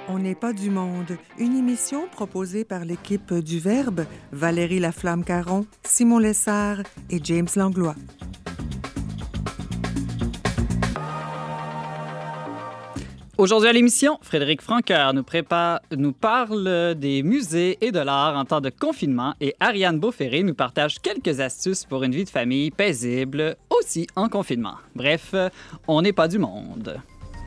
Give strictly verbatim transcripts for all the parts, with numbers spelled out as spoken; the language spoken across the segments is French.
On n'est pas du monde, une émission proposée par l'équipe du Verbe, Valérie Laflamme-Caron, Simon Lessard et James Langlois. Aujourd'hui à l'émission, Frédéric Francoeur nous, prépare, nous parle des musées et de l'art en temps de confinement et Ariane Beauferré nous partage quelques astuces pour une vie de famille paisible, aussi en confinement. Bref, on n'est pas du monde.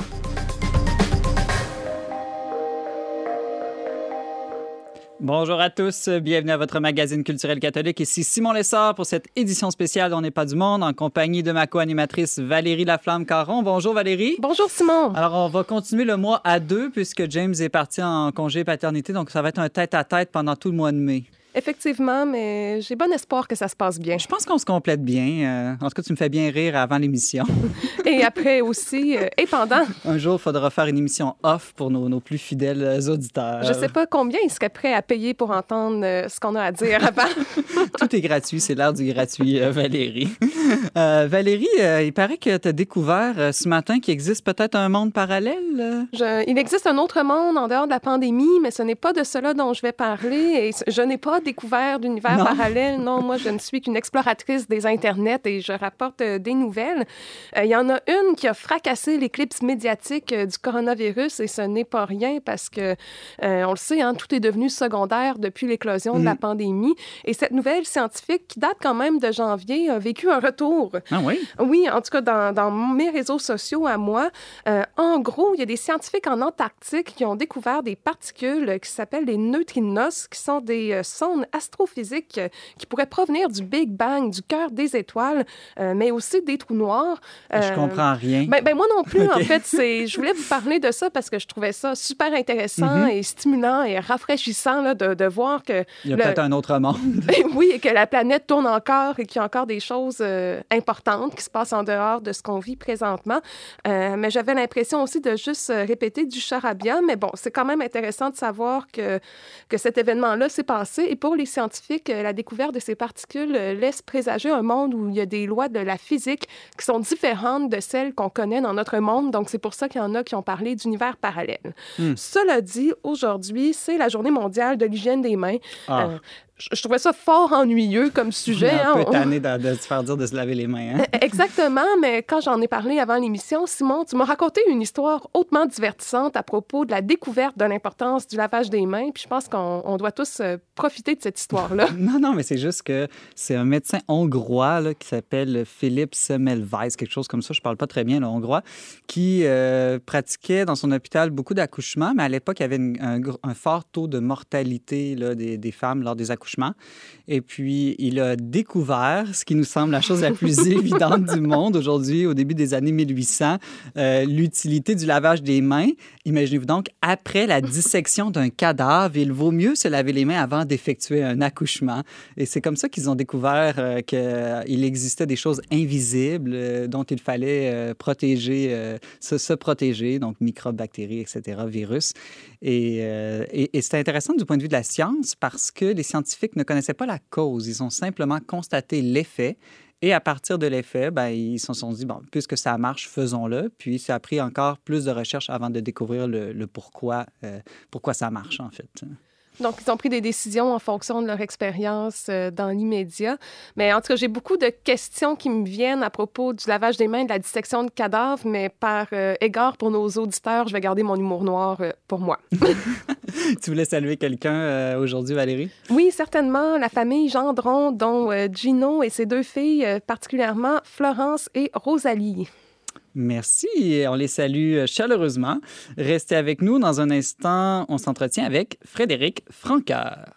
Bonjour à tous, bienvenue à votre magazine culturel catholique. Ici Simon Lessard pour cette édition spéciale d'On n'est pas du monde en compagnie de ma co-animatrice Valérie Laflamme-Caron. Bonjour Valérie. Bonjour Simon. Alors on va continuer le mois à deux puisque James est parti en congé paternité, donc ça va être un tête-à-tête pendant tout le mois de mai. Effectivement, mais j'ai bon espoir que ça se passe bien. Je pense qu'on se complète bien. En tout cas, tu me fais bien rire avant l'émission. Et après aussi, euh, et pendant. Un jour, il faudra faire une émission off pour nos, nos plus fidèles auditeurs. Je ne sais pas combien ils seraient prêts à payer pour entendre euh, ce qu'on a à dire avant. Tout est gratuit, c'est l'heure du gratuit, euh, Valérie. Euh, Valérie, euh, il paraît que tu as découvert euh, ce matin qu'il existe peut-être un monde parallèle. Je, il existe un autre monde en dehors de la pandémie, mais ce n'est pas de cela dont je vais parler. Et je n'ai pas découvert d'univers non. parallèle. Non, moi, je ne suis qu'une exploratrice des Internets et je rapporte euh, des nouvelles. Euh, il y en a une qui a fracassé l'éclipse médiatique euh, du coronavirus et ce n'est pas rien parce que, euh, on le sait, hein, tout est devenu secondaire depuis l'éclosion mm. de la pandémie. Et cette nouvelle scientifique, qui date quand même de janvier, a vécu un retour. Ah oui? Oui, en tout cas, dans, dans mes réseaux sociaux à moi. Euh, en gros, il y a des scientifiques en Antarctique qui ont découvert des particules qui s'appellent les neutrinos, qui sont des euh, sondes astrophysiques euh, qui pourraient provenir du Big Bang, du cœur des étoiles, euh, mais aussi des trous noirs. Euh, je comprends rien. Ben, ben moi non plus, okay. en fait. C'est, je voulais vous parler de ça parce que je trouvais ça super intéressant mm-hmm. et stimulant et rafraîchissant là, de, de voir que... Il y a le... peut-être un autre monde. Oui, et que la planète tourne encore et qu'il y a encore des choses euh, importantes qui se passent en dehors de ce qu'on vit présentement. Euh, mais j'avais l'impression aussi de juste répéter du charabia. Mais bon, c'est quand même intéressant de savoir que, que cet événement-là s'est passé. Et pour les scientifiques, la découverte de ces particules laisse présager un monde où il y a des lois de la physique qui sont différentes de celles qu'on connaît dans notre monde. Donc, c'est pour ça qu'il y en a qui ont parlé d'univers parallèles. Mm. Cela dit, aujourd'hui, c'est la Journée mondiale de l'hygiène des mains. Ah. Euh, Je trouvais ça fort ennuyeux comme sujet. On est un peu hein. tanné de, de se faire dire de se laver les mains. Hein? Exactement, mais quand j'en ai parlé avant l'émission, Simon, tu m'as raconté une histoire hautement divertissante à propos de la découverte de l'importance du lavage des mains. Puis je pense qu'on on doit tous euh, profiter de cette histoire-là. non, non, mais c'est juste que c'est un médecin hongrois là, qui s'appelle Philippe Semmelweis, quelque chose comme ça, je parle pas très bien le hongrois, qui euh, pratiquait dans son hôpital beaucoup d'accouchements, mais à l'époque, il y avait une, un, un fort taux de mortalité là, des, des femmes lors des accouchements. Et puis, il a découvert, ce qui nous semble la chose la plus évidente du monde aujourd'hui, au début des années mille huit cents, euh, l'utilité du lavage des mains. Imaginez-vous donc, après la dissection d'un cadavre, il vaut mieux se laver les mains avant d'effectuer un accouchement. Et c'est comme ça qu'ils ont découvert euh, qu'il existait des choses invisibles euh, dont il fallait euh, protéger, euh, se, se protéger, donc microbes, bactéries, et cetera, virus. Et, euh, et, et c'est intéressant du point de vue de la science parce que les scientifiques ne connaissaient pas la cause. Ils ont simplement constaté l'effet. Et à partir de l'effet, ben, ils se sont dit, bon, puisque ça marche, faisons-le. Puis ça a pris encore plus de recherches avant de découvrir le, le pourquoi, euh, pourquoi ça marche, en fait. Donc, ils ont pris des décisions en fonction de leur expérience euh, dans l'immédiat. Mais en tout cas, j'ai beaucoup de questions qui me viennent à propos du lavage des mains, de la dissection de cadavres, mais par euh, égard pour nos auditeurs, je vais garder mon humour noir euh, pour moi. Tu voulais saluer quelqu'un euh, aujourd'hui, Valérie? Oui, certainement. La famille Gendron, dont euh, Gino et ses deux filles, euh, particulièrement Florence et Rosalie. Merci. On les salue chaleureusement. Restez avec nous. Dans un instant, on s'entretient avec Frédéric Francoeur.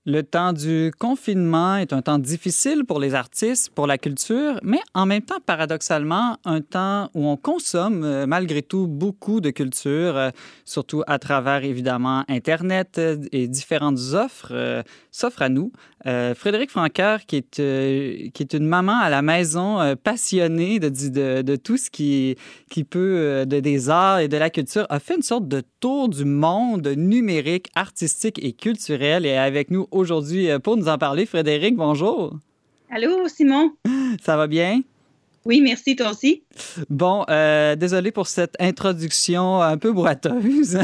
Le temps du confinement est un temps difficile pour les artistes, pour la culture, mais en même temps, paradoxalement, un temps où on consomme euh, malgré tout beaucoup de culture, euh, surtout à travers évidemment Internet euh, et différentes offres euh, s'offrent à nous. Euh, Frédérique Francoeur, qui est, euh, qui est une maman à la maison euh, passionnée de, de, de tout ce qui, qui peut, euh, de, des arts et de la culture, a fait une sorte de tour du monde numérique, artistique et culturel et est avec nous aujourd'hui pour nous en parler. Frédérique, bonjour. Allô, Simon. Ça va bien? Oui, merci, toi aussi. Bon, euh, désolé pour cette introduction un peu boiteuse.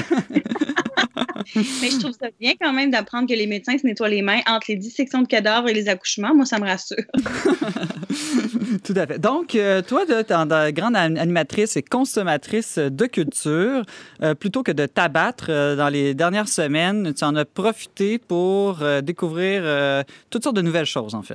Mais je trouve ça bien quand même d'apprendre que les médecins se nettoient les mains entre les dissections de cadavres et les accouchements. Moi, ça me rassure. Tout à fait. Donc, euh, toi, tu es une grande animatrice et consommatrice de culture. Euh, plutôt que de t'abattre euh, dans les dernières semaines, tu en as profité pour euh, découvrir euh, toutes sortes de nouvelles choses, en fait.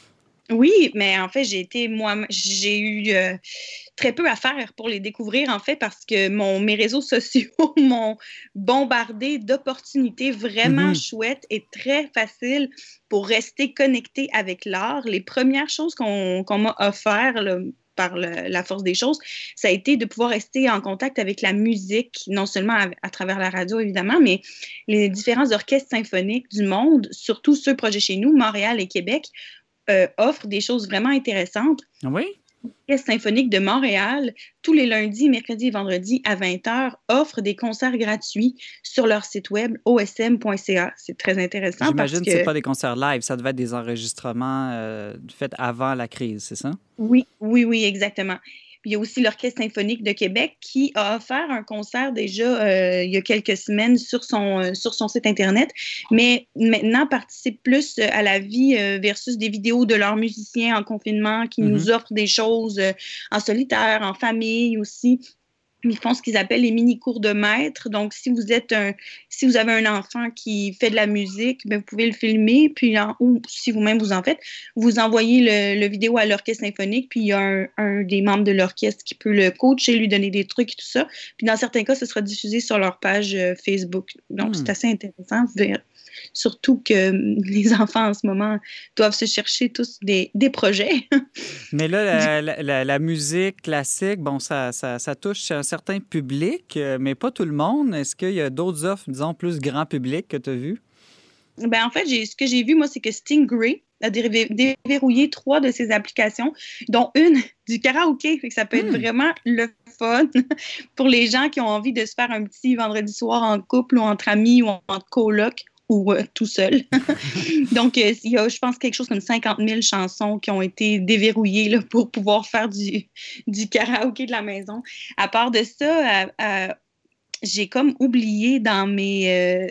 Oui, mais en fait, j'ai été moi, j'ai eu euh, très peu à faire pour les découvrir, en fait, parce que mon, mes réseaux sociaux m'ont bombardé d'opportunités vraiment mm-hmm. chouettes et très faciles pour rester connecté avec l'art. Les premières choses qu'on, qu'on m'a offert là, par le, la force des choses, ça a été de pouvoir rester en contact avec la musique, non seulement à, à travers la radio, évidemment, mais les différents orchestres symphoniques du monde, surtout ceux proches chez nous, Montréal et Québec, Euh, offre des choses vraiment intéressantes. Oui. L'Orchestre symphonique de Montréal, tous les lundis, mercredis et vendredis à vingt heures, offre des concerts gratuits sur leur site web o s m point c a. C'est très intéressant. J'imagine parce que ce n'est pas des concerts live, ça devait être des enregistrements euh, faits avant la crise, c'est ça? Oui, oui, oui, exactement. Puis il y a aussi l'Orchestre symphonique de Québec qui a offert un concert déjà euh, il y a quelques semaines sur son, euh, sur son site Internet, mais maintenant participe plus à la vie euh, versus des vidéos de leurs musiciens en confinement qui mm-hmm. nous offrent des choses euh, en solitaire, en famille aussi. Ils font ce qu'ils appellent les mini-cours de maître. Donc, si vous êtes un, si vous avez un enfant qui fait de la musique, bien, vous pouvez le filmer, puis en, ou si vous-même vous en faites, vous envoyez le, le vidéo à l'orchestre symphonique, puis il y a un, un des membres de l'orchestre qui peut le coacher, lui donner des trucs et tout ça. Puis dans certains cas, ce sera diffusé sur leur page euh, Facebook. Donc, hmm. c'est assez intéressant. Surtout que les enfants en ce moment doivent se chercher tous des, des projets. Mais là, la, la, la, la musique classique, bon, ça, ça, ça touche un certain public, mais pas tout le monde. Est-ce qu'il y a d'autres offres, disons, plus grand public que tu as vues? Ben, en fait, j'ai, ce que j'ai vu, moi, c'est que Stingray a déverrouillé trois de ses applications, dont une du karaoké. Fait que ça peut être mmh. vraiment le fun pour les gens qui ont envie de se faire un petit vendredi soir en couple ou entre amis ou en coloc. ou euh, tout seul. Donc, euh, il y a, je pense, quelque chose comme cinquante mille chansons qui ont été déverrouillées là, pour pouvoir faire du, du karaoké de la maison. À part de ça, euh, euh, j'ai comme oublié dans mes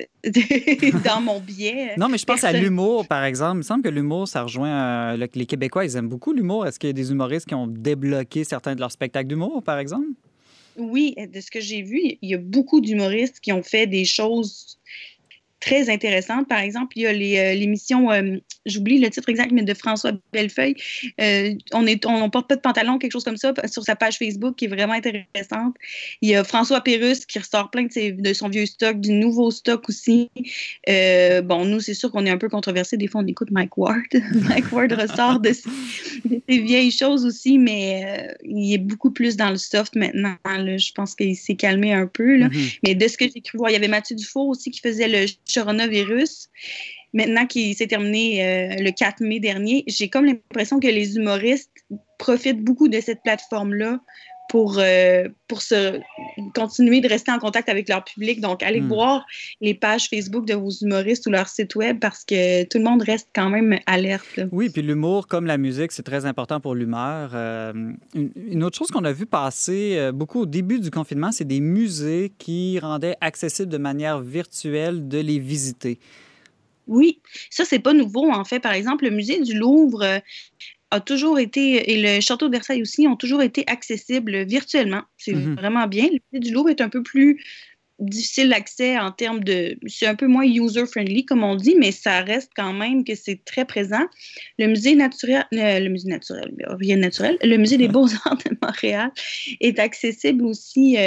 euh, dans mon biais. Non, mais je pense personne... à l'humour, par exemple. Il me semble que l'humour, ça rejoint... Euh, le, les Québécois, ils aiment beaucoup l'humour. Est-ce qu'il y a des humoristes qui ont débloqué certains de leurs spectacles d'humour, par exemple? Oui, de ce que j'ai vu, il y a beaucoup d'humoristes qui ont fait des choses très intéressante. Par exemple, il y a les, euh, l'émission, euh, j'oublie le titre exact, mais de François Bellefeuille. Euh, on ne on, on porte pas de pantalon, quelque chose comme ça, sur sa page Facebook, qui est vraiment intéressante. Il y a François Pérusse qui ressort plein de, ses, de son vieux stock, du nouveau stock aussi. Euh, bon, nous, c'est sûr qu'on est un peu controversé. Des fois, on écoute Mike Ward. Mike Ward ressort de ses, de ses vieilles choses aussi, mais euh, il est beaucoup plus dans le soft maintenant. Là. Je pense qu'il s'est calmé un peu. Là. Mm-hmm. Mais de ce que j'ai cru voir, il y avait Mathieu Dufour aussi qui faisait le coronavirus, maintenant qui s'est terminé euh, le quatre mai dernier. J'ai comme l'impression que les humoristes profitent beaucoup de cette plateforme-là pour, euh, pour se, continuer de rester en contact avec leur public. Donc, allez mmh. voir les pages Facebook de vos humoristes ou leur site web parce que tout le monde reste quand même alerte. Là. Oui, puis l'humour, comme la musique, c'est très important pour l'humeur. Euh, une, une autre chose qu'on a vu passer euh, beaucoup au début du confinement, c'est des musées qui rendaient accessible de manière virtuelle de les visiter. Oui, ça, c'est pas nouveau, en fait. Par exemple, le musée du Louvre euh, a toujours été, et le château de Versailles aussi, ont toujours été accessibles virtuellement. C'est mm-hmm. vraiment bien. Le musée du Louvre est un peu plus difficile d'accès en termes de... C'est un peu moins user-friendly, comme on dit, mais ça reste quand même que c'est très présent. Le musée naturel... Euh, le musée naturel, rien de naturel. Le musée des Beaux-Arts de Montréal est accessible aussi... Euh,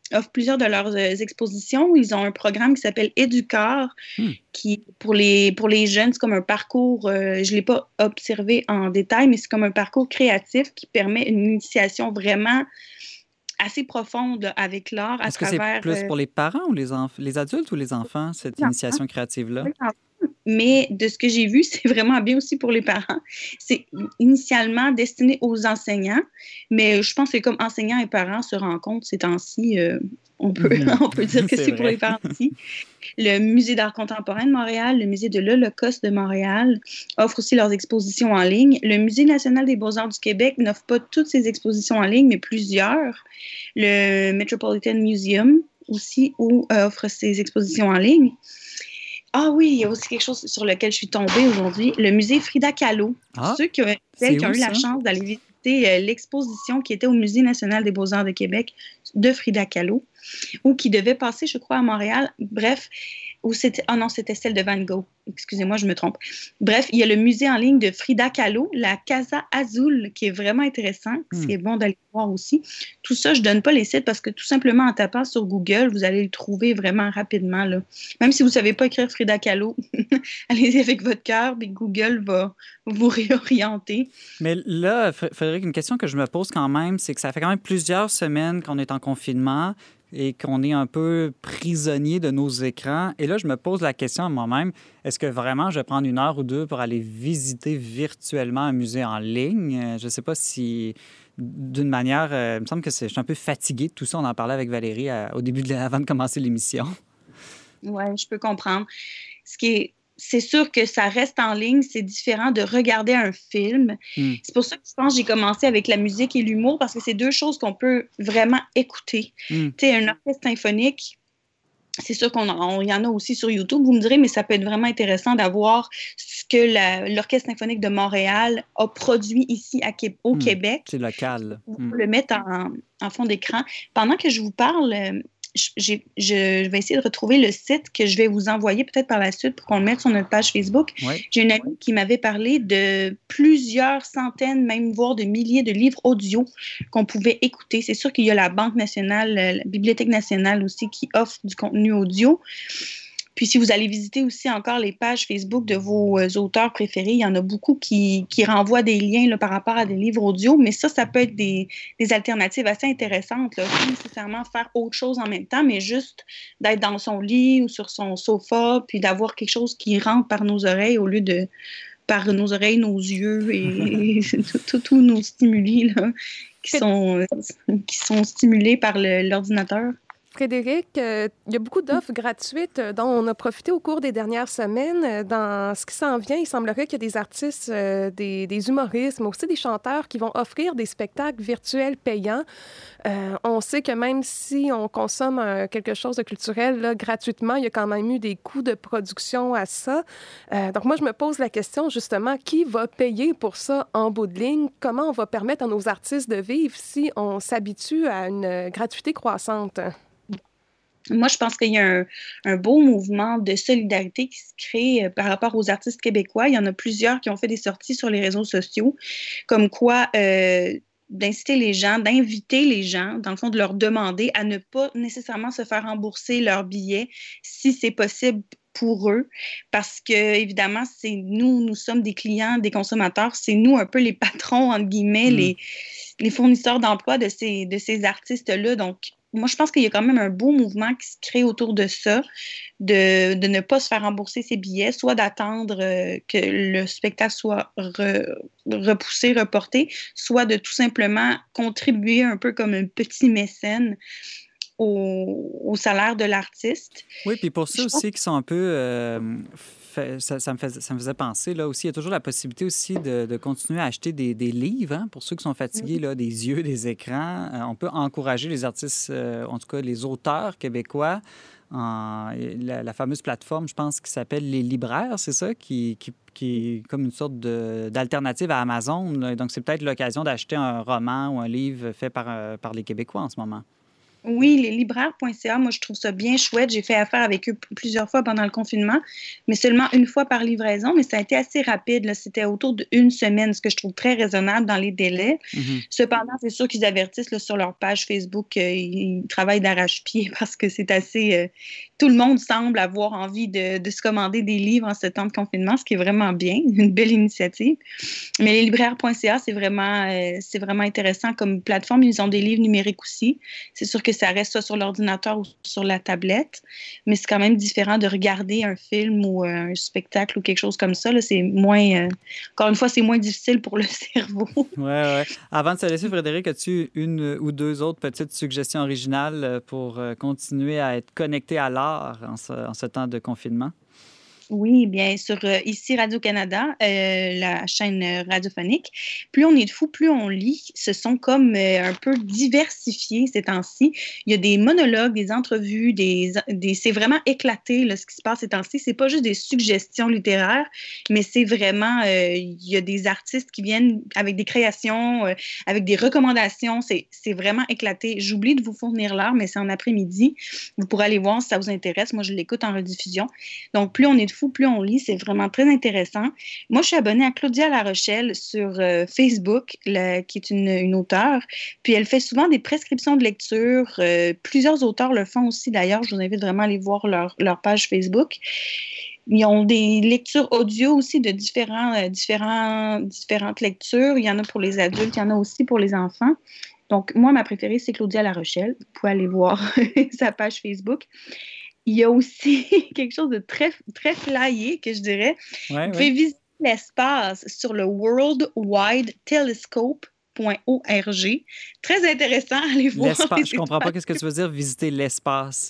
offre plusieurs de leurs euh, expositions. Ils ont un programme qui s'appelle Éducor, hmm. qui, pour les, pour les jeunes, c'est comme un parcours, euh, je ne l'ai pas observé en détail, mais c'est comme un parcours créatif qui permet une initiation vraiment assez profonde là, avec l'art à Est-ce que travers... c'est plus euh, pour les parents ou les, enf- les adultes ou les enfants, cette initiation créative-là? Mais de ce que j'ai vu, c'est vraiment bien aussi pour les parents. C'est initialement destiné aux enseignants, mais je pense que comme enseignants et parents se rencontrent ces temps-ci, euh, on, peut, mm-hmm. on peut dire que c'est, c'est pour les parents aussi. Le Musée d'art contemporain de Montréal, le Musée de l'Holocauste de Montréal offrent aussi leurs expositions en ligne. Le Musée national des beaux-arts du Québec n'offre pas toutes ses expositions en ligne, mais plusieurs. Le Metropolitan Museum aussi où, euh, offre ses expositions en ligne. Ah oui, il y a aussi quelque chose sur lequel je suis tombée aujourd'hui, le musée Frida Kahlo. Ah, ceux qui ont, qui ont eu la chance d'aller visiter euh, l'exposition qui était au Musée national des beaux-arts de Québec de Frida Kahlo, ou qui devait passer, je crois, à Montréal. Bref, ou c'était, ah non, c'était celle de Van Gogh. Excusez-moi, je me trompe. Bref, il y a le musée en ligne de Frida Kahlo, la Casa Azul, qui est vraiment intéressant. Mm. C'est bon d'aller voir aussi. Tout ça, je ne donne pas les sites parce que tout simplement en tapant sur Google, vous allez le trouver vraiment rapidement. Là. Même si vous ne savez pas écrire Frida Kahlo, allez-y avec votre cœur, puis Google va vous réorienter. Mais là, Frédéric, une question que je me pose quand même, c'est que ça fait quand même plusieurs semaines qu'on est en confinement et qu'on est un peu prisonnier de nos écrans. Et là, je me pose la question à moi-même, est-ce que vraiment je vais prendre une heure ou deux pour aller visiter virtuellement un musée en ligne? Je ne sais pas si, d'une manière, euh, il me semble que c'est, je suis un peu fatiguée de tout ça. On en parlait avec Valérie à, au début, de, avant de commencer l'émission. Oui, je peux comprendre. Ce qui est C'est sûr que ça reste en ligne, c'est différent de regarder un film. Mm. C'est pour ça que je pense que j'ai commencé avec la musique et l'humour, parce que c'est deux choses qu'on peut vraiment écouter. Mm. Tu sais, un orchestre symphonique, c'est sûr qu'il y en a aussi sur YouTube, vous me direz, mais ça peut être vraiment intéressant d'avoir ce que la, l'Orchestre symphonique de Montréal a produit ici à, au mm. Québec. C'est local. Vous mm. le mettre en, en fond d'écran. Pendant que je vous parle... J'ai, je vais essayer de retrouver le site que je vais vous envoyer peut-être par la suite pour qu'on le mette sur notre page Facebook. Oui. J'ai une amie qui m'avait parlé de plusieurs centaines, même voire de milliers de livres audio qu'on pouvait écouter. C'est sûr qu'il y a la Banque nationale, la Bibliothèque nationale aussi qui offre du contenu audio. Puis si vous allez visiter aussi encore les pages Facebook de vos euh, auteurs préférés, il y en a beaucoup qui, qui renvoient des liens là, par rapport à des livres audio, mais ça, ça peut être des, des alternatives assez intéressantes. Là. Pas nécessairement faire autre chose en même temps, mais juste d'être dans son lit ou sur son sofa, puis d'avoir quelque chose qui rentre par nos oreilles au lieu de par nos oreilles, nos yeux et, et tous nos stimuli là, qui, sont, euh, qui sont stimulés par le, l'ordinateur. Frédéric, euh, il y a beaucoup d'offres gratuites dont on a profité au cours des dernières semaines. Dans ce qui s'en vient, il semblerait qu'il y a des artistes, euh, des, des humoristes, mais aussi des chanteurs qui vont offrir des spectacles virtuels payants. Euh, on sait que même si on consomme euh, quelque chose de culturel là, gratuitement, il y a quand même eu des coûts de production à ça. Euh, donc moi, je me pose la question justement, qui va payer pour ça en bout de ligne? Comment on va permettre à nos artistes de vivre si on s'habitue à une gratuité croissante? Moi, je pense qu'il y a un, un beau mouvement de solidarité qui se crée euh, par rapport aux artistes québécois. Il y en a plusieurs qui ont fait des sorties sur les réseaux sociaux, comme quoi euh, d'inciter les gens, d'inviter les gens, dans le fond, de leur demander à ne pas nécessairement se faire rembourser leurs billets si c'est possible pour eux, parce que évidemment, c'est nous, nous sommes des clients, des consommateurs, c'est nous un peu les patrons, entre guillemets, mmh. les, les fournisseurs d'emploi de ces, de ces artistes-là. Donc, moi, je pense qu'il y a quand même un beau mouvement qui se crée autour de ça, de, de ne pas se faire rembourser ses billets, soit d'attendre euh, que le spectacle soit re, repoussé, reporté, soit de tout simplement contribuer un peu comme un petit mécène au, au salaire de l'artiste. Oui, puis pour ceux je aussi pense... qui sont un peu... Euh, fait, ça, ça, me fais, ça me faisait penser, là aussi, il y a toujours la possibilité aussi de, de continuer à acheter des, des livres, hein, pour ceux qui sont fatigués, mm-hmm. là, des yeux, des écrans. Euh, on peut encourager les artistes, euh, en tout cas les auteurs québécois, en, la, la fameuse plateforme, je pense, qui s'appelle Les Libraires, c'est ça, qui, qui, qui est comme une sorte de, d'alternative à Amazon. Là. Donc, c'est peut-être l'occasion d'acheter un roman ou un livre fait par, par les Québécois en ce moment. Oui, les libraires point c a, moi, je trouve ça bien chouette. J'ai fait affaire avec eux p- plusieurs fois pendant le confinement, mais seulement une fois par livraison, mais ça a été assez rapide, là. C'était autour d'une semaine, ce que je trouve très raisonnable dans les délais. Mhm. Cependant, c'est sûr qu'ils avertissent là, sur leur page Facebook, euh, ils ils travaillent d'arrache-pied parce que c'est assez... euh, tout le monde semble avoir envie de, de se commander des livres en ce temps de confinement, ce qui est vraiment bien, une belle initiative. Mais les libraires point c a, c'est vraiment, euh, c'est vraiment intéressant comme plateforme. Ils ont des livres numériques aussi. C'est sûr que ça reste soit sur l'ordinateur ou sur la tablette, mais c'est quand même différent de regarder un film ou euh, un spectacle ou quelque chose comme ça. Là, c'est moins, euh, encore une fois, c'est moins difficile pour le cerveau. Ouais, ouais. Avant de se laisser, Frédéric, as-tu une ou deux autres petites suggestions originales pour euh, continuer à être connecté à l'art en ce, en ce temps de confinement? Oui, bien sur euh, ici Radio-Canada, euh, la chaîne euh, radiophonique, plus on est de fous, plus on lit. Ce sont comme euh, un peu diversifiés ces temps-ci. Il y a des monologues, des entrevues, des, des c'est vraiment éclaté là, ce qui se passe ces temps-ci. C'est pas juste des suggestions littéraires, mais c'est vraiment euh, il y a des artistes qui viennent avec des créations, euh, avec des recommandations. C'est, c'est vraiment éclaté. J'oublie de vous fournir l'heure, mais c'est en après-midi. Vous pourrez aller voir si ça vous intéresse. Moi, je l'écoute en rediffusion. Donc, plus on est de fou, plus on lit. C'est vraiment très intéressant. Moi, je suis abonnée à Claudia La Rochelle sur euh, Facebook, la, qui est une, une auteure. Puis, elle fait souvent des prescriptions de lecture. Euh, plusieurs auteurs le font aussi, d'ailleurs. Je vous invite vraiment à aller voir leur, leur page Facebook. Ils ont des lectures audio aussi de différents, euh, différents, différentes lectures. Il y en a pour les adultes, il y en a aussi pour les enfants. Donc, moi, ma préférée, c'est Claudia La Rochelle. Vous pouvez aller voir sa page Facebook. Il y a aussi quelque chose de très, très flyé, que je dirais. Ouais, Vous pouvez ouais. visiter l'espace sur le world wide telescope point org. Très intéressant, allez voir. L'espace, les je comprends pas étoiles. qu'est-ce que tu veux dire, visiter l'espace.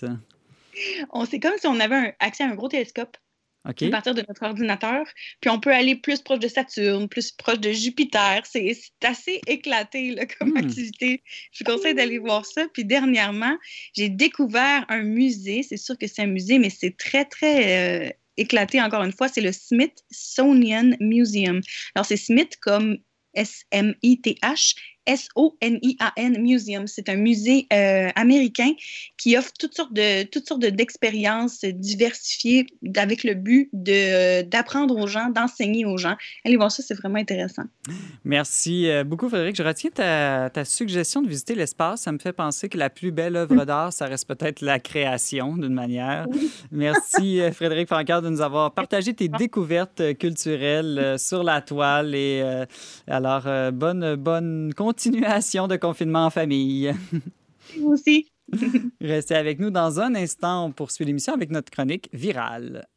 On, c'est comme si on avait un, accès à un gros télescope OK? à partir de notre ordinateur, puis on peut aller plus proche de Saturne, plus proche de Jupiter. C'est, c'est assez éclaté là, comme Hmm. activité. Je vous conseille d'aller voir ça. Puis dernièrement, j'ai découvert un musée. C'est sûr que c'est un musée, mais c'est très, très euh, éclaté encore une fois. C'est le Smithsonian Museum. Alors, c'est Smith comme S M I T H, S O N I A N Museum. C'est un musée euh, américain qui offre toutes sortes de toutes sortes de, d'expériences diversifiées avec le but de, d'apprendre aux gens, d'enseigner aux gens. Allez voir ça, c'est vraiment intéressant. Merci euh, beaucoup, Frédéric. Je retiens ta, ta suggestion de visiter l'espace. Ça me fait penser que la plus belle œuvre d'art, ça reste peut-être la création, d'une manière. Merci, euh, Frédéric Francoeur, de nous avoir partagé tes découvertes euh, culturelles euh, sur la toile. Et euh, alors, euh, bonne, bonne continuation de confinement en famille. Vous aussi. Restez avec nous dans un instant. On poursuit l'émission avec notre chronique virale.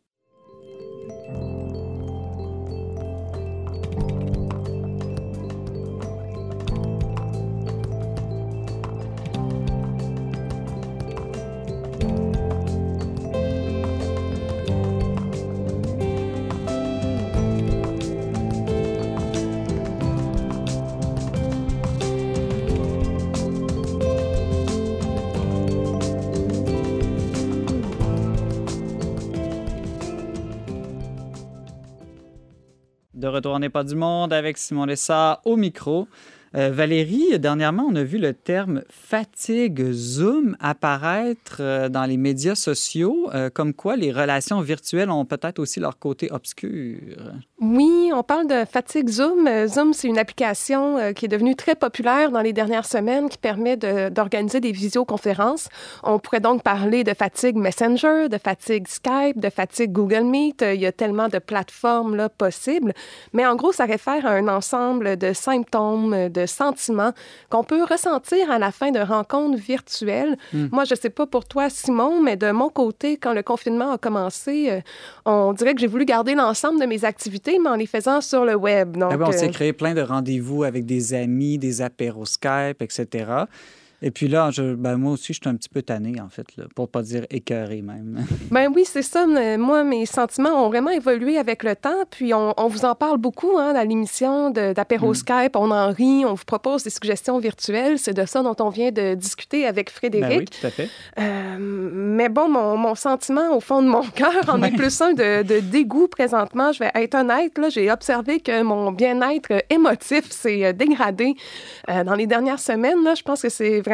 De retour, on n'est pas du monde avec Simon Lessard au micro. Euh, Valérie, dernièrement, on a vu le terme fatigue Zoom apparaître euh, dans les médias sociaux, euh, comme quoi les relations virtuelles ont peut-être aussi leur côté obscur. Oui, on parle de fatigue Zoom. Euh, Zoom, c'est une application euh, qui est devenue très populaire dans les dernières semaines qui permet de, d'organiser des visioconférences. On pourrait donc parler de fatigue Messenger, de fatigue Skype, de fatigue Google Meet. Il y a tellement de plateformes là, possibles. Mais en gros, ça réfère à un ensemble de symptômes, de sentiments qu'on peut ressentir à la fin de rencontres virtuelles. Mm. Moi, je ne sais pas pour toi, Simon, mais de mon côté, quand le confinement a commencé, euh, on dirait que j'ai voulu garder l'ensemble de mes activités, mais en les faisant sur le web. Donc, ah oui, on euh... s'est créé plein de rendez-vous avec des amis, des apéros Skype, et cetera. Et puis là, je, ben moi aussi, je suis un petit peu tannée, en fait, là, pour ne pas dire écœurée même. Ben oui, c'est ça. Moi, mes sentiments ont vraiment évolué avec le temps. Puis on, on vous en parle beaucoup hein, dans l'émission de, d'apéro mm. Skype. On en rit, on vous propose des suggestions virtuelles. C'est de ça dont on vient de discuter avec Frédéric. Ben oui, tout à fait. Euh, mais bon, mon, mon sentiment au fond de mon cœur en est plus un de, de dégoût présentement. Je vais être honnête, là, j'ai observé que mon bien-être émotif s'est dégradé euh, dans les dernières semaines. Là, je pense que c'est vraiment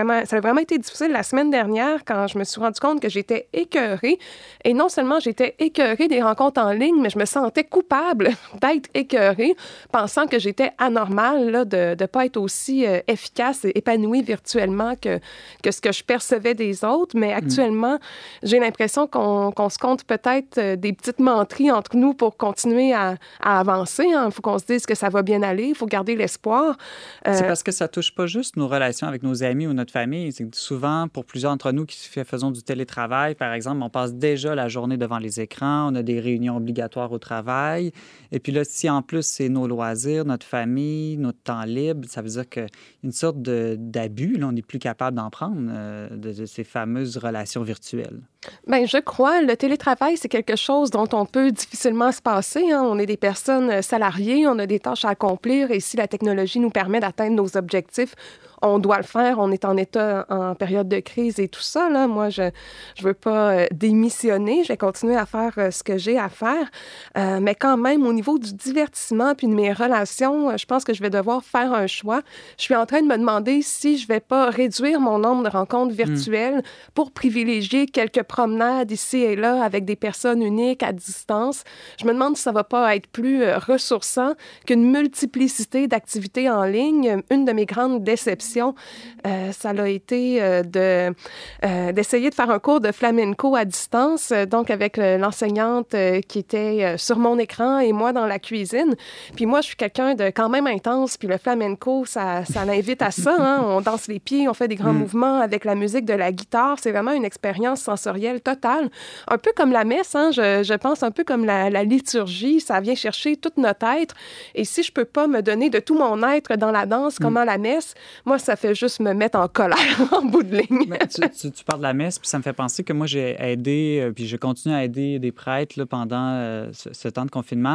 vraiment, ça a vraiment été difficile la semaine dernière quand je me suis rendu compte que j'étais écœurée. Et non seulement j'étais écœurée des rencontres en ligne, mais je me sentais coupable d'être écœurée, pensant que j'étais anormale là, de ne pas être aussi euh, efficace et épanouie virtuellement que, que ce que je percevais des autres. Mais actuellement, mmh. j'ai l'impression qu'on, qu'on se compte peut-être euh, des petites menteries entre nous pour continuer à, à avancer. Il hein. faut qu'on se dise que ça va bien aller, il faut garder l'espoir. Euh... C'est parce que ça touche pas juste nos relations avec nos amis ou notre famille. C'est que souvent, pour plusieurs d'entre nous qui faisons du télétravail, par exemple, on passe déjà la journée devant les écrans, on a des réunions obligatoires au travail. Et puis là, si en plus, c'est nos loisirs, notre famille, notre temps libre, ça veut dire qu'il y a une sorte de, d'abus. Là, on n'est plus capable d'en prendre, euh, de, de ces fameuses relations virtuelles. Bien, je crois, le télétravail, c'est quelque chose dont on peut difficilement se passer. Hein. On est des personnes salariées, on a des tâches à accomplir et si la technologie nous permet d'atteindre nos objectifs, on doit le faire. On est en état, en période de crise et tout ça. Là. Moi, je ne veux pas euh, démissionner. Je vais continuer à faire euh, ce que j'ai à faire. Euh, mais quand même, au niveau du divertissement puis de mes relations, euh, je pense que je vais devoir faire un choix. Je suis en train de me demander si je ne vais pas réduire mon nombre de rencontres virtuelles mmh. pour privilégier quelques promenades ici et là avec des personnes uniques à distance. Je me demande si ça ne va pas être plus euh, ressourçant qu'une multiplicité d'activités en ligne. Une de mes grandes déceptions, Euh, ça a été euh, de, euh, d'essayer de faire un cours de flamenco à distance, euh, donc avec euh, l'enseignante euh, qui était euh, sur mon écran et moi dans la cuisine. Puis moi, je suis quelqu'un de quand même intense, puis le flamenco, ça, ça l'invite à ça. Hein? On danse les pieds, on fait des grands mm. mouvements avec la musique de la guitare. C'est vraiment une expérience sensorielle totale. Un peu comme la messe, hein? je, je pense un peu comme la, la liturgie. Ça vient chercher tout notre être. Et si je peux pas me donner de tout mon être dans la danse, mm. comme à la messe, moi, ça fait juste me mettre en colère en bout de ligne. Ben, tu, tu, tu parles de la messe, puis ça me fait penser que moi, j'ai aidé, euh, puis je continue à aider des prêtres là, pendant euh, ce, ce temps de confinement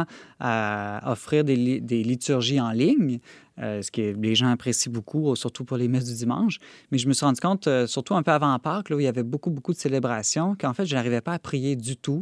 à offrir des, li- des liturgies en ligne, euh, ce que les gens apprécient beaucoup, surtout pour les messes du dimanche. Mais je me suis rendu compte, euh, surtout un peu avant Pâques, là, où il y avait beaucoup, beaucoup de célébrations, qu'en fait, je n'arrivais pas à prier du tout.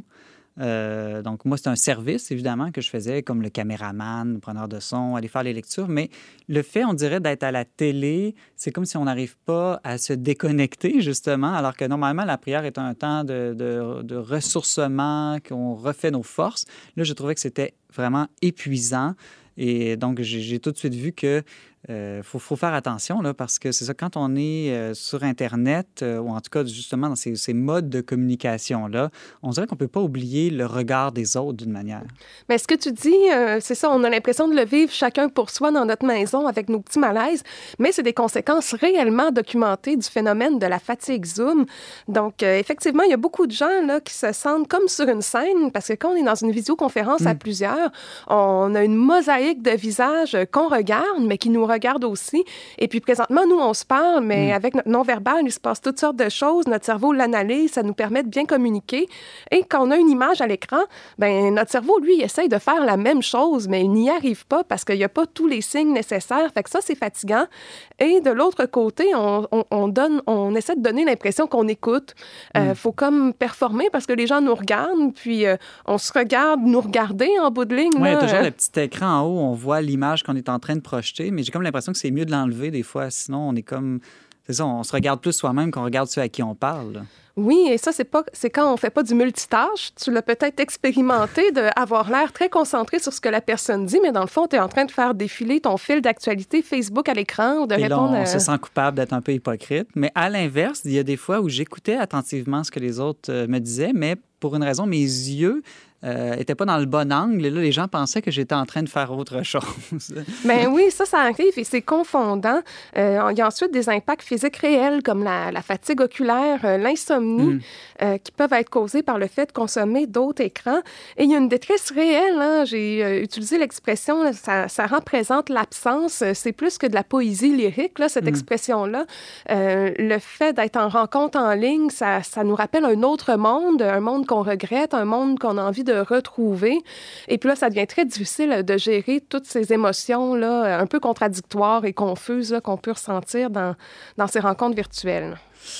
Euh, donc, moi, c'est un service, évidemment, que je faisais, comme le caméraman, le preneur de son, aller faire les lectures. Mais le fait, on dirait, d'être à la télé, c'est comme si on n'arrive pas à se déconnecter, justement, alors que normalement, la prière est un temps de, de, de ressourcement, qu'on refait nos forces. Là, je trouvais que c'était vraiment épuisant. Et donc, j'ai, j'ai tout de suite vu que euh, faut, faut faire attention, là, parce que c'est ça, quand on est euh, sur Internet, euh, ou en tout cas, justement, dans ces, ces modes de communication-là, on dirait qu'on ne peut pas oublier le regard des autres d'une manière. Mais ce que tu dis, euh, c'est ça, on a l'impression de le vivre chacun pour soi dans notre maison avec nos petits malaises, mais c'est des conséquences réellement documentées du phénomène de la fatigue Zoom. Donc, euh, effectivement, il y a beaucoup de gens là, qui se sentent comme sur une scène, parce que quand on est dans une visioconférence mmh. à plusieurs, on a une mosaïque de visages qu'on regarde, mais qui nous regarde aussi. Et puis, présentement, nous, on se parle, mais mmh. avec notre non-verbal, il se passe toutes sortes de choses. Notre cerveau l'analyse, ça nous permet de bien communiquer. Et quand on a une image à l'écran, ben notre cerveau, lui, il essaye de faire la même chose, mais il n'y arrive pas parce qu'il n'y a pas tous les signes nécessaires. Fait que ça, c'est fatigant. Et de l'autre côté, on, on, on, donne, on essaie de donner l'impression qu'on écoute. Il mmh. euh, faut comme performer parce que les gens nous regardent, puis euh, on se regarde nous regarder en bout de ligne. Oui, il y a là, toujours euh... le petit écran en haut, on voit l'image qu'on est en train de projeter, mais j'ai comme l'impression que c'est mieux de l'enlever des fois, sinon on est comme... C'est ça, on se regarde plus soi-même qu'on regarde ceux à qui on parle. Là. Oui, et ça, c'est pas, c'est quand on fait pas du multitâche. Tu l'as peut-être expérimenté d'avoir l'air très concentré sur ce que la personne dit, mais dans le fond, tu es en train de faire défiler ton fil d'actualité Facebook à l'écran ou de et répondre là, on à... se sent coupable d'être un peu hypocrite. Mais à l'inverse, il y a des fois où j'écoutais attentivement ce que les autres euh, me disaient, mais pour une raison, mes yeux n'étaient euh, pas dans le bon angle. Et là, les gens pensaient que j'étais en train de faire autre chose. Bien oui, ça, ça arrive et c'est confondant. Euh, il y a ensuite des impacts physiques réels comme la, la fatigue oculaire, euh, l'insomnie, mm. euh, qui peuvent être causés par le fait de consommer d'autres écrans. Et il y a une détresse réelle. Hein? J'ai euh, utilisé l'expression, là, ça, ça représente l'absence. C'est plus que de la poésie lyrique, là, cette mm. expression-là. Euh, le fait d'être en rencontre en ligne, ça, ça nous rappelle un autre monde, un monde qu'on regrette, un monde qu'on a envie de retrouver. Et puis là, ça devient très difficile de gérer toutes ces émotions-là, un peu contradictoires et confuses là, qu'on peut ressentir dans, dans ces rencontres virtuelles.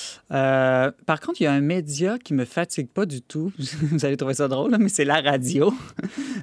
Euh, par contre, il y a un média qui me fatigue pas du tout. Vous allez trouver ça drôle, là, mais c'est la radio.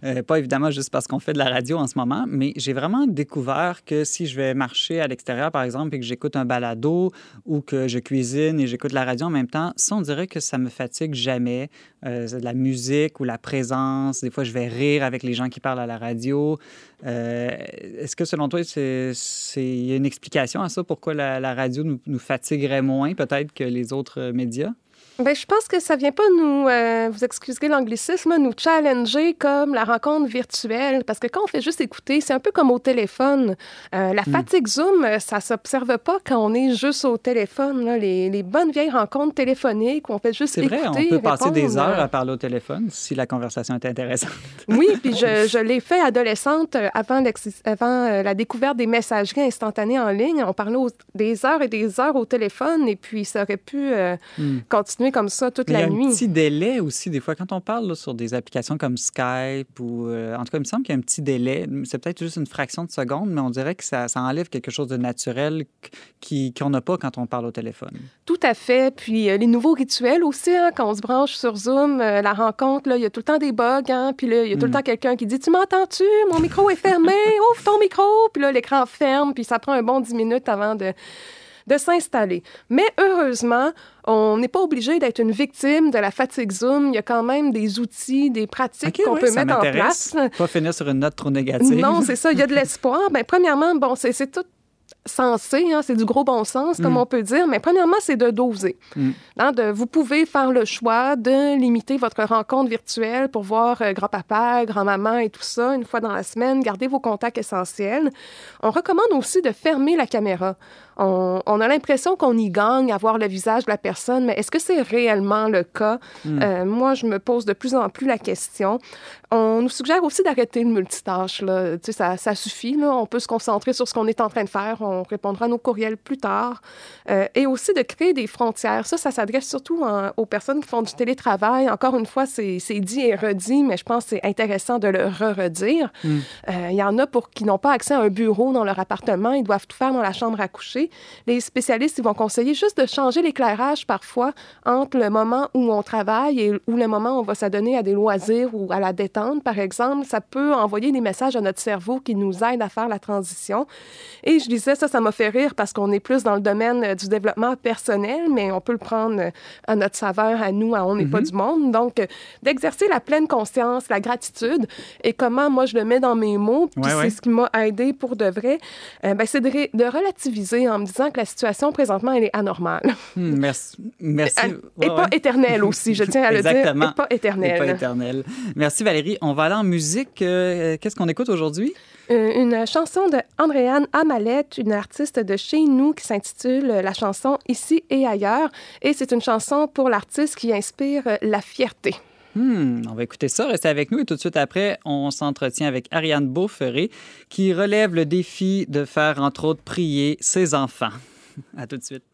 Euh, pas évidemment juste parce qu'on fait de la radio en ce moment, mais j'ai vraiment découvert que si je vais marcher à l'extérieur, par exemple, et que j'écoute un balado ou que je cuisine et j'écoute la radio en même temps, ça, on dirait que ça me fatigue jamais. Euh, la musique ou la présence, des fois, je vais rire avec les gens qui parlent à la radio. Euh, est-ce que, selon toi, c'est, c'est... il y a une explication à ça, pourquoi la, la radio nous, nous fatiguerait moins, peut-être, que les autres médias? Bien, je pense que ça vient pas nous, euh, vous excuserez l'anglicisme, nous challenger comme la rencontre virtuelle. Parce que quand on fait juste écouter, c'est un peu comme au téléphone. Euh, la fatigue mm. Zoom, ça s'observe pas quand on est juste au téléphone. Là. Les, les bonnes vieilles rencontres téléphoniques où on fait juste c'est écouter, C'est vrai, on peut répondre. passer des heures à parler au téléphone si la conversation est intéressante. Oui, puis je, je l'ai fait adolescente avant, avant la découverte des messageries instantanées en ligne. On parlait aux, des heures et des heures au téléphone et puis ça aurait pu euh, mm. continuer comme ça toute mais la nuit. Il y a un petit délai aussi, des fois, quand on parle là, sur des applications comme Skype ou... Euh, en tout cas, il me semble qu'il y a un petit délai. C'est peut-être juste une fraction de seconde, mais on dirait que ça, ça enlève quelque chose de naturel qui, qu'on n'a pas quand on parle au téléphone. Tout à fait. Puis euh, les nouveaux rituels aussi, hein, quand on se branche sur Zoom, euh, la rencontre, là, il y a tout le temps des bugs, hein, puis là, il y a tout mm. le temps quelqu'un qui dit « Tu m'entends-tu? Mon micro est fermé. Ouvre ton micro! » Puis là, l'écran ferme, puis ça prend un bon dix minutes avant de... de s'installer. Mais heureusement, on n'est pas obligé d'être une victime de la fatigue Zoom. Il y a quand même des outils, des pratiques okay, qu'on oui, peut mettre en place. Pas finir sur une note trop négative. Non, c'est ça. Il y a de l'espoir. Bien, premièrement, bon, c'est, c'est tout sensé, hein, c'est du gros bon sens, comme mm. on peut dire, mais premièrement, c'est de doser. Mm. Hein, de, vous pouvez faire le choix de limiter votre rencontre virtuelle pour voir euh, grand-papa, grand-maman et tout ça une fois dans la semaine, garder vos contacts essentiels. On recommande aussi de fermer la caméra. On, on a l'impression qu'on y gagne à voir le visage de la personne, mais est-ce que c'est réellement le cas? Mm. Euh, moi, je me pose de plus en plus la question. On nous suggère aussi d'arrêter le multitâche. Là. Tu sais, ça, ça suffit. Là. On peut se concentrer sur ce qu'on est en train de faire. On répondra à nos courriels plus tard. Euh, et aussi de créer des frontières. Ça, ça s'adresse surtout en, aux personnes qui font du télétravail. Encore une fois, c'est, c'est dit et redit, mais je pense que c'est intéressant de le re-redire. Mm. Euh, il y en a pour qui n'ont pas accès à un bureau dans leur appartement. Ils doivent tout faire dans la chambre à coucher. Les spécialistes, ils vont conseiller juste de changer l'éclairage parfois entre le moment où on travaille et où le moment où on va s'adonner à des loisirs ou à la détente, par exemple. Ça peut envoyer des messages à notre cerveau qui nous aident à faire la transition. Et je disais, ça, ça m'a fait rire parce qu'on est plus dans le domaine du développement personnel, mais on peut le prendre à notre saveur, à nous, à On n'est mm-hmm. pas du monde. Donc, d'exercer la pleine conscience, la gratitude et comment moi je le mets dans mes mots, puis ouais, c'est ouais. ce qui m'a aidé pour de vrai, euh, ben, c'est de, ré- de relativiser en me disant que la situation présentement, elle est anormale. Mmh, merci. merci. Et ouais, pas ouais. éternelle aussi, je tiens à le dire. Exactement. Et pas éternelle. Et pas éternelle. Merci Valérie. On va aller en musique. Euh, qu'est-ce qu'on écoute aujourd'hui? Euh, une chanson de Andréane Amalette, une artiste de chez nous qui s'intitule la chanson « Ici et ailleurs ». Et c'est une chanson pour l'artiste qui inspire la fierté. Hmm, on va écouter ça, restez avec nous et tout de suite après, on s'entretient avec Ariane Beauferré qui relève le défi de faire entre autres prier ses enfants. À tout de suite.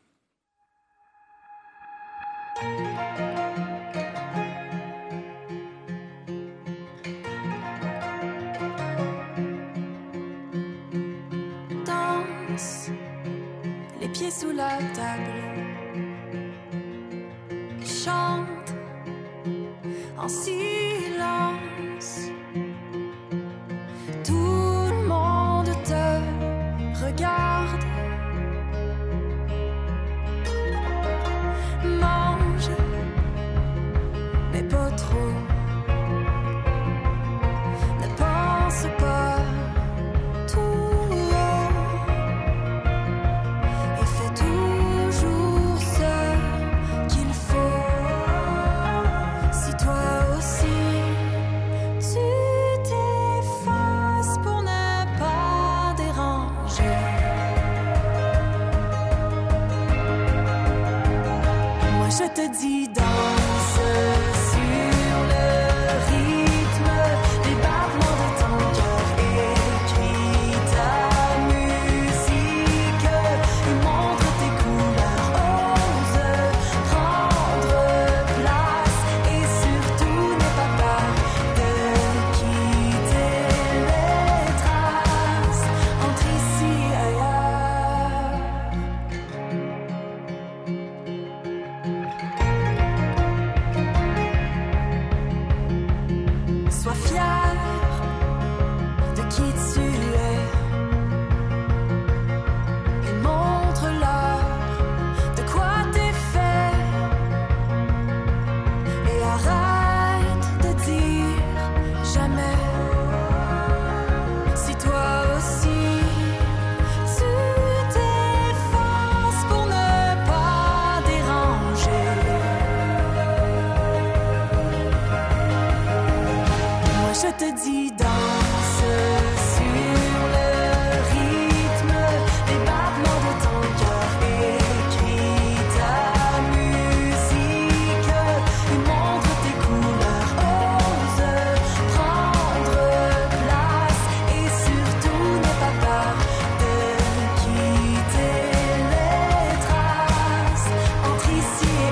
Danse, les pieds sous la table, chante en silence. Tout le monde te regarde. Mange, mais pas trop. Ne pense pas tout haut. Et fais toujours ce qu'il faut. Si toi aussi tu t'effaces pour ne pas déranger. Moi je te dis danse sur le rythme des battements de ton cœur. Écris ta musique et montre tes couleurs. Ose prendre place et surtout n'aie pas peur de quitter les traces entre ici et ailleurs. Sois fier je te dis danse sur le rythme des battements de ton cœur. Écris ta musique et montre tes couleurs. Ose prendre place et surtout n'aie pas peur de quitter les traces entre ici et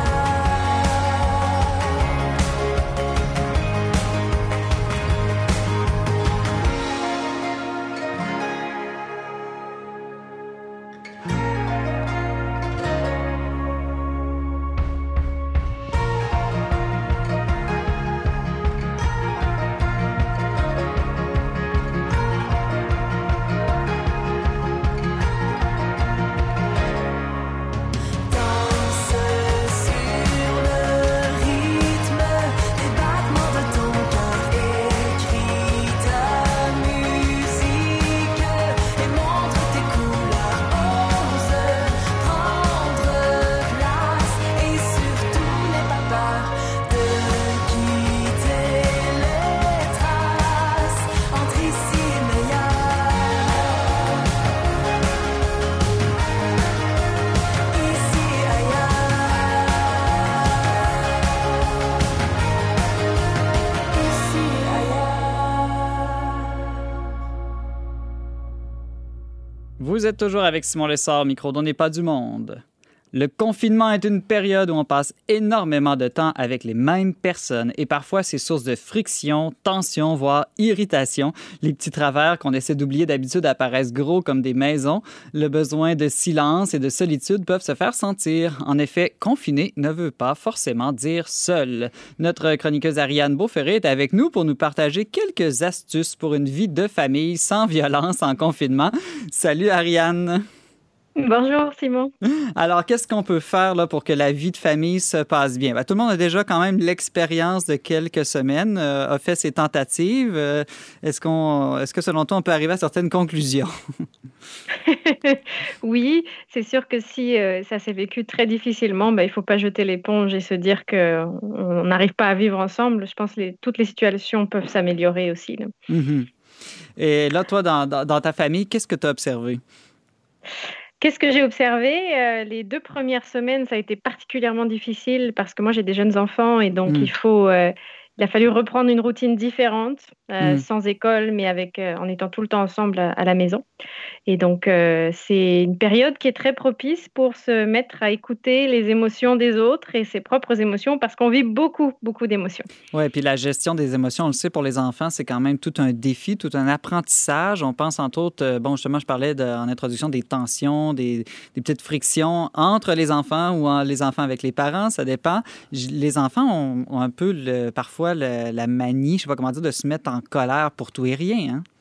Vous êtes toujours avec Simon Lessard, micro d'On n'est pas du monde. Le confinement est une période où on passe énormément de temps avec les mêmes personnes et parfois c'est source de friction, tension, voire irritation. Les petits travers qu'on essaie d'oublier d'habitude apparaissent gros comme des maisons. Le besoin de silence et de solitude peuvent se faire sentir. En effet, confiné ne veut pas forcément dire seul. Notre chroniqueuse Ariane Beauferré est avec nous pour nous partager quelques astuces pour une vie de famille sans violence en confinement. Salut Ariane! Bonjour Simon. Alors, qu'est-ce qu'on peut faire là, pour que la vie de famille se passe bien? Ben, tout le monde a déjà quand même l'expérience de quelques semaines, euh, a fait ses tentatives. Euh, est-ce, qu'on, est-ce que selon toi, on peut arriver à certaines conclusions? Oui, c'est sûr que si euh, ça s'est vécu très difficilement, ben, il ne faut pas jeter l'éponge et se dire qu'on n'arrive pas à vivre ensemble. Je pense que les, toutes les situations peuvent s'améliorer aussi. Là. Mm-hmm. Et là, toi, dans, dans, dans ta famille, qu'est-ce que tu as observé? Qu'est-ce que j'ai observé? Euh, les deux premières semaines, ça a été particulièrement difficile parce que moi, j'ai des jeunes enfants et donc mmh. il faut... Euh, il a fallu reprendre une routine différente, euh, mmh. sans école, mais avec, euh, en étant tout le temps ensemble à, à la maison. Et donc, euh, c'est une période qui est très propice pour se mettre à écouter les émotions des autres et ses propres émotions parce qu'on vit beaucoup, beaucoup d'émotions. Oui, puis la gestion des émotions, on le sait, pour les enfants, c'est quand même tout un défi, tout un apprentissage. On pense entre autres, euh, bon, justement, je parlais de, en introduction des tensions, des, des petites frictions entre les enfants ou en, les enfants avec les parents, ça dépend. Les enfants ont, ont un peu, le, parfois, le, la manie, je ne sais pas comment dire, de se mettre en colère pour tout et rien, hein?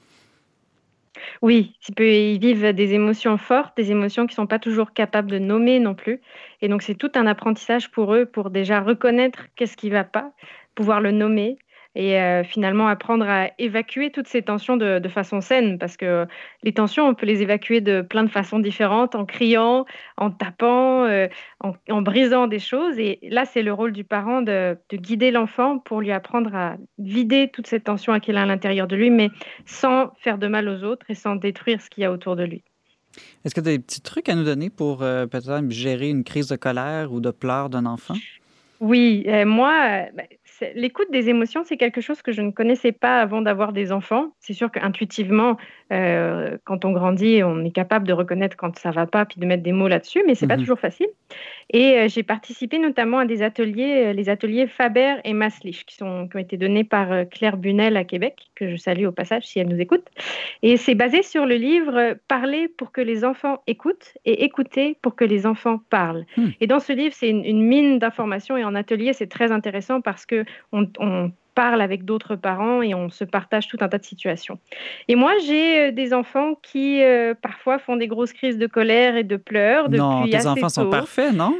Oui, ils vivent des émotions fortes, des émotions qui ne sont pas toujours capables de nommer non plus. Et donc, c'est tout un apprentissage pour eux pour déjà reconnaître qu'est-ce qui ne va pas, pouvoir le nommer et euh, finalement apprendre à évacuer toutes ces tensions de, de façon saine. Parce que les tensions, on peut les évacuer de plein de façons différentes, en criant, en tapant, euh, en, en brisant des choses. Et là, c'est le rôle du parent de, de guider l'enfant pour lui apprendre à vider toutes ces tensions qu'il a à l'intérieur de lui, mais sans faire de mal aux autres et sans détruire ce qu'il y a autour de lui. Est-ce que tu as des petits trucs à nous donner pour euh, peut-être gérer une crise de colère ou de pleurs d'un enfant? Oui, euh, moi, euh, bah, l'écoute des émotions, c'est quelque chose que je ne connaissais pas avant d'avoir des enfants. C'est sûr qu'intuitivement, euh, quand on grandit, on est capable de reconnaître quand ça ne va pas puis de mettre des mots là-dessus, mais ce n'est mm-hmm. pas toujours facile. Et euh, j'ai participé notamment à des ateliers, euh, les ateliers Faber et Maslich, qui, sont, qui ont été donnés par euh, Claire Bunel à Québec, que je salue au passage si elle nous écoute. Et c'est basé sur le livre euh, « Parler pour que les enfants écoutent » et « Écouter pour que les enfants parlent mm. ». Et dans ce livre, c'est une, une mine d'informations et en atelier, c'est très intéressant parce que On, on parle avec d'autres parents et on se partage tout un tas de situations. Et moi, j'ai euh, des enfants qui, euh, parfois, font des grosses crises de colère et de pleurs depuis non, tes assez enfants tôt. sont parfaits, non?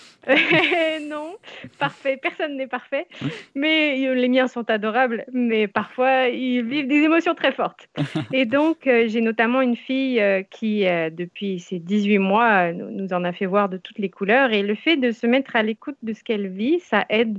Non, parfait. Personne n'est parfait. Mais euh, les miens sont adorables. Mais parfois, ils vivent des émotions très fortes. Et donc, euh, j'ai notamment une fille euh, qui, euh, depuis ses dix-huit mois, euh, nous en a fait voir de toutes les couleurs. Et le fait de se mettre à l'écoute de ce qu'elle vit, ça aide beaucoup.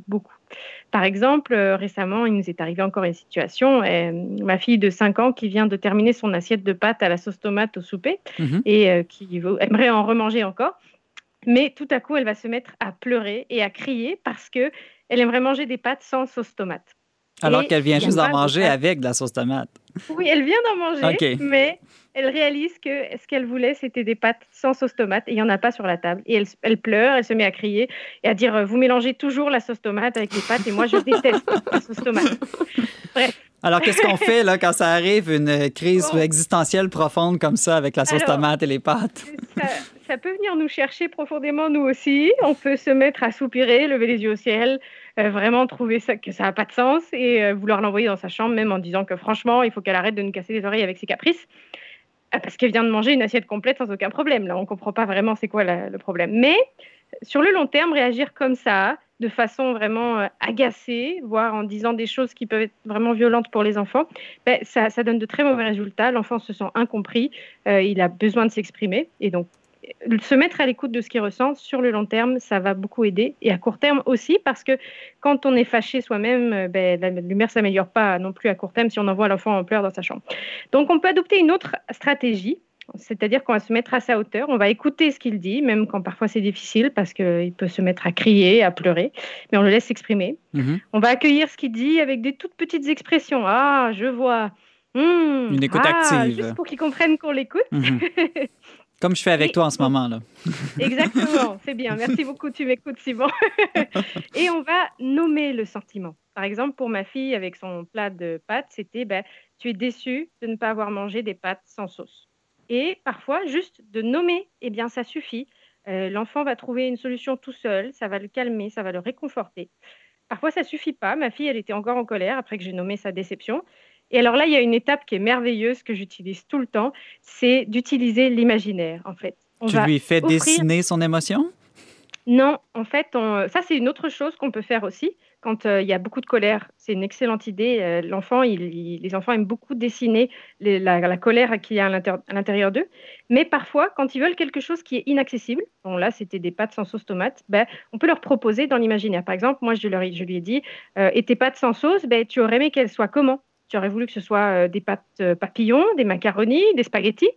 Par exemple, euh, récemment, il nous est arrivé encore une situation, euh, ma fille de cinq ans qui vient de terminer son assiette de pâtes à la sauce tomate au souper Mhm. et euh, qui veut- aimerait en remanger encore. Mais tout à coup, elle va se mettre à pleurer et à crier parce que elle aimerait manger des pâtes sans sauce tomate. Alors Et qu'elle vient il y a juste d'en pas de manger pâtes. avec de la sauce tomate. Oui, elle vient d'en manger, OK. mais elle réalise que ce qu'elle voulait, c'était des pâtes sans sauce tomate et il n'y en a pas sur la table. Et elle, elle pleure, elle se met à crier et à dire euh, vous mélangez toujours la sauce tomate avec les pâtes et moi, je déteste la sauce tomate. Bref. Alors, qu'est-ce qu'on fait là, quand ça arrive, une crise Bon. existentielle profonde comme ça avec la sauce Alors, tomate et les pâtes? Ça, ça peut venir nous chercher profondément, nous aussi. On peut se mettre à soupirer, lever les yeux au ciel, euh, vraiment trouver ça, que ça n'a pas de sens et euh, vouloir l'envoyer dans sa chambre, même en disant que franchement, il faut qu'elle arrête de nous casser les oreilles avec ses caprices. euh, Parce qu'elle vient de manger une assiette complète sans aucun problème. Là, on ne comprend pas vraiment c'est quoi la- le problème. Mais sur le long terme, réagir comme ça, de façon vraiment euh, agacée, voire en disant des choses qui peuvent être vraiment violentes pour les enfants, ben, ça, ça donne de très mauvais résultats. L'enfant se sent incompris, euh, il a besoin de s'exprimer. Et donc, euh, se mettre à l'écoute de ce qu'il ressent, sur le long terme, ça va beaucoup aider. Et à court terme aussi, parce que quand on est fâché soi-même, euh, ben, la lumière ne s'améliore pas non plus à court terme si on envoie l'enfant en pleurs dans sa chambre. Donc, on peut adopter une autre stratégie. C'est-à-dire qu'on va se mettre à sa hauteur, on va écouter ce qu'il dit, même quand parfois c'est difficile parce qu'il peut se mettre à crier, à pleurer, mais on le laisse s'exprimer. Mhm. On va accueillir ce qu'il dit avec des toutes petites expressions. Ah, je vois. Hmm, Une écoute ah, active. juste pour qu'il comprenne qu'on l'écoute. Mhm. Comme je fais avec Et- toi en ce moment. Là. Exactement, c'est bien. Merci beaucoup, tu m'écoutes, Simon. Et on va nommer le sentiment. Par exemple, pour ma fille, avec son plat de pâtes, c'était ben, tu es déçue de ne pas avoir mangé des pâtes sans sauce. Et parfois, juste de nommer, eh bien, ça suffit. Euh, l'enfant va trouver une solution tout seul, ça va le calmer, ça va le réconforter. Parfois, ça suffit pas. Ma fille, elle était encore en colère après que j'ai nommé sa déception. Et alors là, il y a une étape qui est merveilleuse que j'utilise tout le temps, c'est d'utiliser l'imaginaire, en fait. On Tu va lui fais offrir- dessiner son émotion? Non, en fait, on- ça, c'est une autre chose qu'on peut faire aussi. Quand euh, il y a beaucoup de colère, c'est une excellente idée. Euh, l'enfant, il- il- les enfants aiment beaucoup dessiner les- la, la colère qu'il y a à l'inter- à l'intérieur d'eux. Mais parfois, quand ils veulent quelque chose qui est inaccessible, bon là, c'était des pâtes sans sauce tomate, ben, on peut leur proposer dans l'imaginaire. Par exemple, moi, je, leur ai- je lui ai dit, euh, et tes pâtes sans sauce, ben, tu aurais aimé qu'elles soient comment? Tu aurais voulu que ce soit euh, des pâtes euh, papillons, des macaronis, des spaghettis.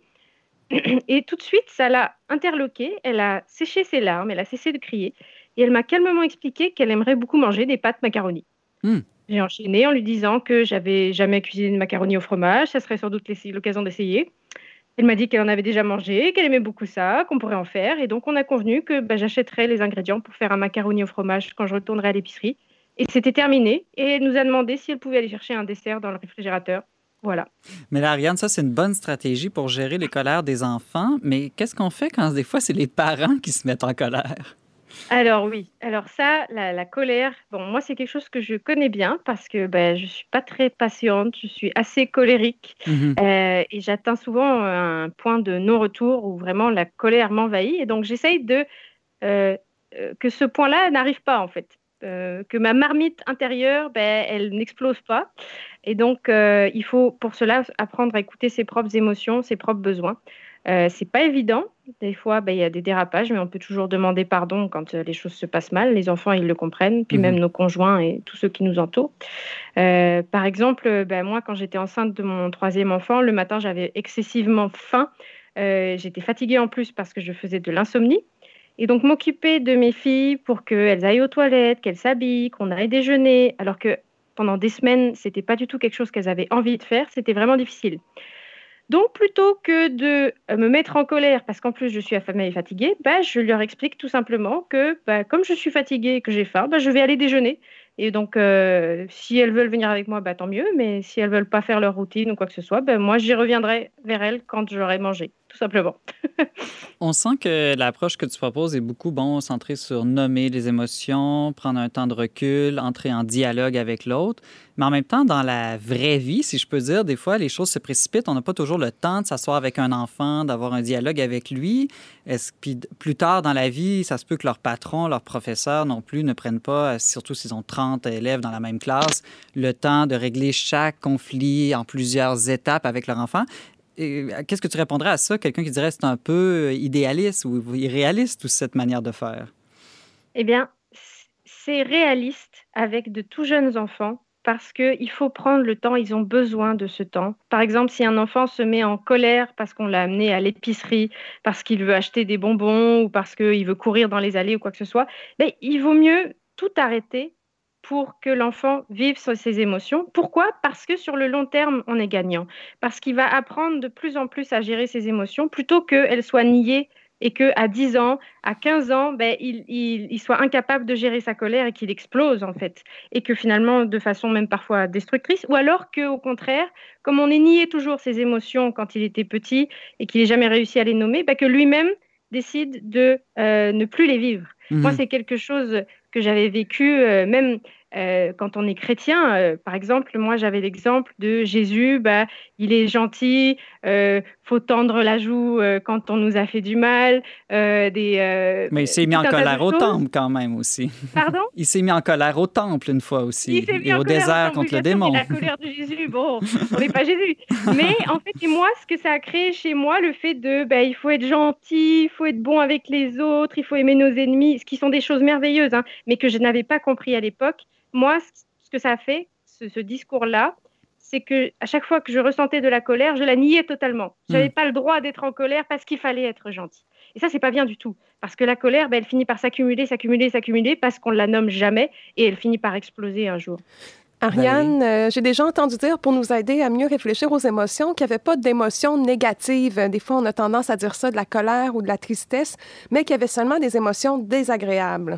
Et tout de suite, ça l'a interloquée, elle a séché ses larmes, elle a cessé de crier, et elle m'a calmement expliqué qu'elle aimerait beaucoup manger des pâtes macaroni. Hmm. J'ai enchaîné en lui disant que j'avais jamais cuisiné de macaroni au fromage, ça serait sans doute l'essa- l'occasion d'essayer. Elle m'a dit qu'elle en avait déjà mangé, qu'elle aimait beaucoup ça, qu'on pourrait en faire, et donc on a convenu que bah, j'achèterais les ingrédients pour faire un macaroni au fromage quand je retournerai à l'épicerie. Et c'était terminé, et elle nous a demandé si elle pouvait aller chercher un dessert dans le réfrigérateur. Voilà. Mais là, Ariane, ça, c'est une bonne stratégie pour gérer les colères des enfants. Mais qu'est-ce qu'on fait quand des fois, c'est les parents qui se mettent en colère? Alors oui, alors ça, la, la colère, bon, moi c'est quelque chose que je connais bien parce que ben, je suis pas très patiente, je suis assez colérique Mhm. euh, et j'atteins souvent un point de non-retour où vraiment la colère m'envahit et donc j'essaye de euh, euh, que ce point-là n'arrive pas en fait. Euh, que ma marmite intérieure, ben, elle n'explose pas. Et donc, euh, il faut pour cela apprendre à écouter ses propres émotions, ses propres besoins. Euh, c'est pas évident. Des fois, ben, il y a des dérapages, mais on peut toujours demander pardon quand euh, les choses se passent mal. Les enfants, ils le comprennent, puis Mhm. même nos conjoints et tous ceux qui nous entourent. Euh, par exemple, ben, moi, quand j'étais enceinte de mon troisième enfant, le matin, j'avais excessivement faim. Euh, j'étais fatiguée en plus parce que je faisais de l'insomnie. Et donc, m'occuper de mes filles pour qu'elles aillent aux toilettes, qu'elles s'habillent, qu'on aille déjeuner, alors que pendant des semaines, c'était pas du tout quelque chose qu'elles avaient envie de faire, c'était vraiment difficile. Donc, plutôt que de euh, me mettre en colère, parce qu'en plus je suis affamée et fatiguée, bah, je leur explique tout simplement que bah, comme je suis fatiguée et que j'ai faim, bah, je vais aller déjeuner. Et donc, euh, si elles veulent venir avec moi, bah, tant mieux. Mais si elles veulent pas faire leur routine ou quoi que ce soit, bah, moi, j'y reviendrai vers elles quand j'aurai mangé, tout simplement. On sent que l'approche que tu proposes est beaucoup bon, centrée sur nommer les émotions, prendre un temps de recul, entrer en dialogue avec l'autre. Mais en même temps, dans la vraie vie, si je peux dire, des fois, les choses se précipitent. On n'a pas toujours le temps de s'asseoir avec un enfant, d'avoir un dialogue avec lui. Est-ce puis plus tard dans la vie, ça se peut que leur patron, leur professeur non plus ne prennent pas, surtout s'ils ont trente élèves dans la même classe, le temps de régler chaque conflit en plusieurs étapes avec leur enfant. Et qu'est-ce que tu répondrais à ça? Quelqu'un qui dirait que c'est un peu idéaliste ou irréaliste, toute cette manière de faire? Eh bien, c'est réaliste à avec de tout jeunes enfants parce qu'il faut prendre le temps, ils ont besoin de ce temps. Par exemple, si un enfant se met en colère parce qu'on l'a amené à l'épicerie, parce qu'il veut acheter des bonbons ou parce qu'il veut courir dans les allées ou quoi que ce soit, ben, il vaut mieux tout arrêter pour que l'enfant vive ses émotions. Pourquoi? Parce que sur le long terme, on est gagnant. Parce qu'il va apprendre de plus en plus à gérer ses émotions plutôt qu'elles soient niées et qu'à dix ans, à quinze ans, ben, il, il, il soit incapable de gérer sa colère et qu'il explose, en fait. Et que finalement, de façon même parfois destructrice, ou alors qu'au contraire, comme on est nié toujours ses émotions quand il était petit et qu'il n'a jamais réussi à les nommer, ben, que lui-même décide de euh, ne plus les vivre. Mmh. Moi, c'est quelque chose que j'avais vécu, euh, même euh, quand on est chrétien. Euh, par exemple, moi, j'avais l'exemple de Jésus, bah, il est gentil, euh, faut tendre la joue euh, quand on nous a fait du mal. Euh, des, euh, Mais il s'est mis en colère au temple quand même aussi. Pardon? Il s'est mis en colère au temple une fois aussi. Il s'est mis et en au colère désert au contre temple, le bien sûr, démon. La colère de Jésus, bon, on n'est pas Jésus. Mais en fait, et moi, ce que ça a créé chez moi, le fait de, ben, il faut être gentil, il faut être bon avec les autres, il faut aimer nos ennemis, ce qui sont des choses merveilleuses, hein, mais que je n'avais pas compris à l'époque. Moi, ce que ça a fait, ce, ce discours-là, c'est que à chaque fois que je ressentais de la colère, je la niais totalement. Je n'avais mmh. pas le droit d'être en colère parce qu'il fallait être gentil. Et ça, c'est pas bien du tout. Parce que la colère, ben, elle finit par s'accumuler, s'accumuler, s'accumuler parce qu'on la nomme jamais et elle finit par exploser un jour. Ariane, euh, j'ai déjà entendu dire, pour nous aider à mieux réfléchir aux émotions, qu'il n'y avait pas d'émotions négatives. Des fois, on a tendance à dire ça, de la colère ou de la tristesse, mais qu'il y avait seulement des émotions désagréables.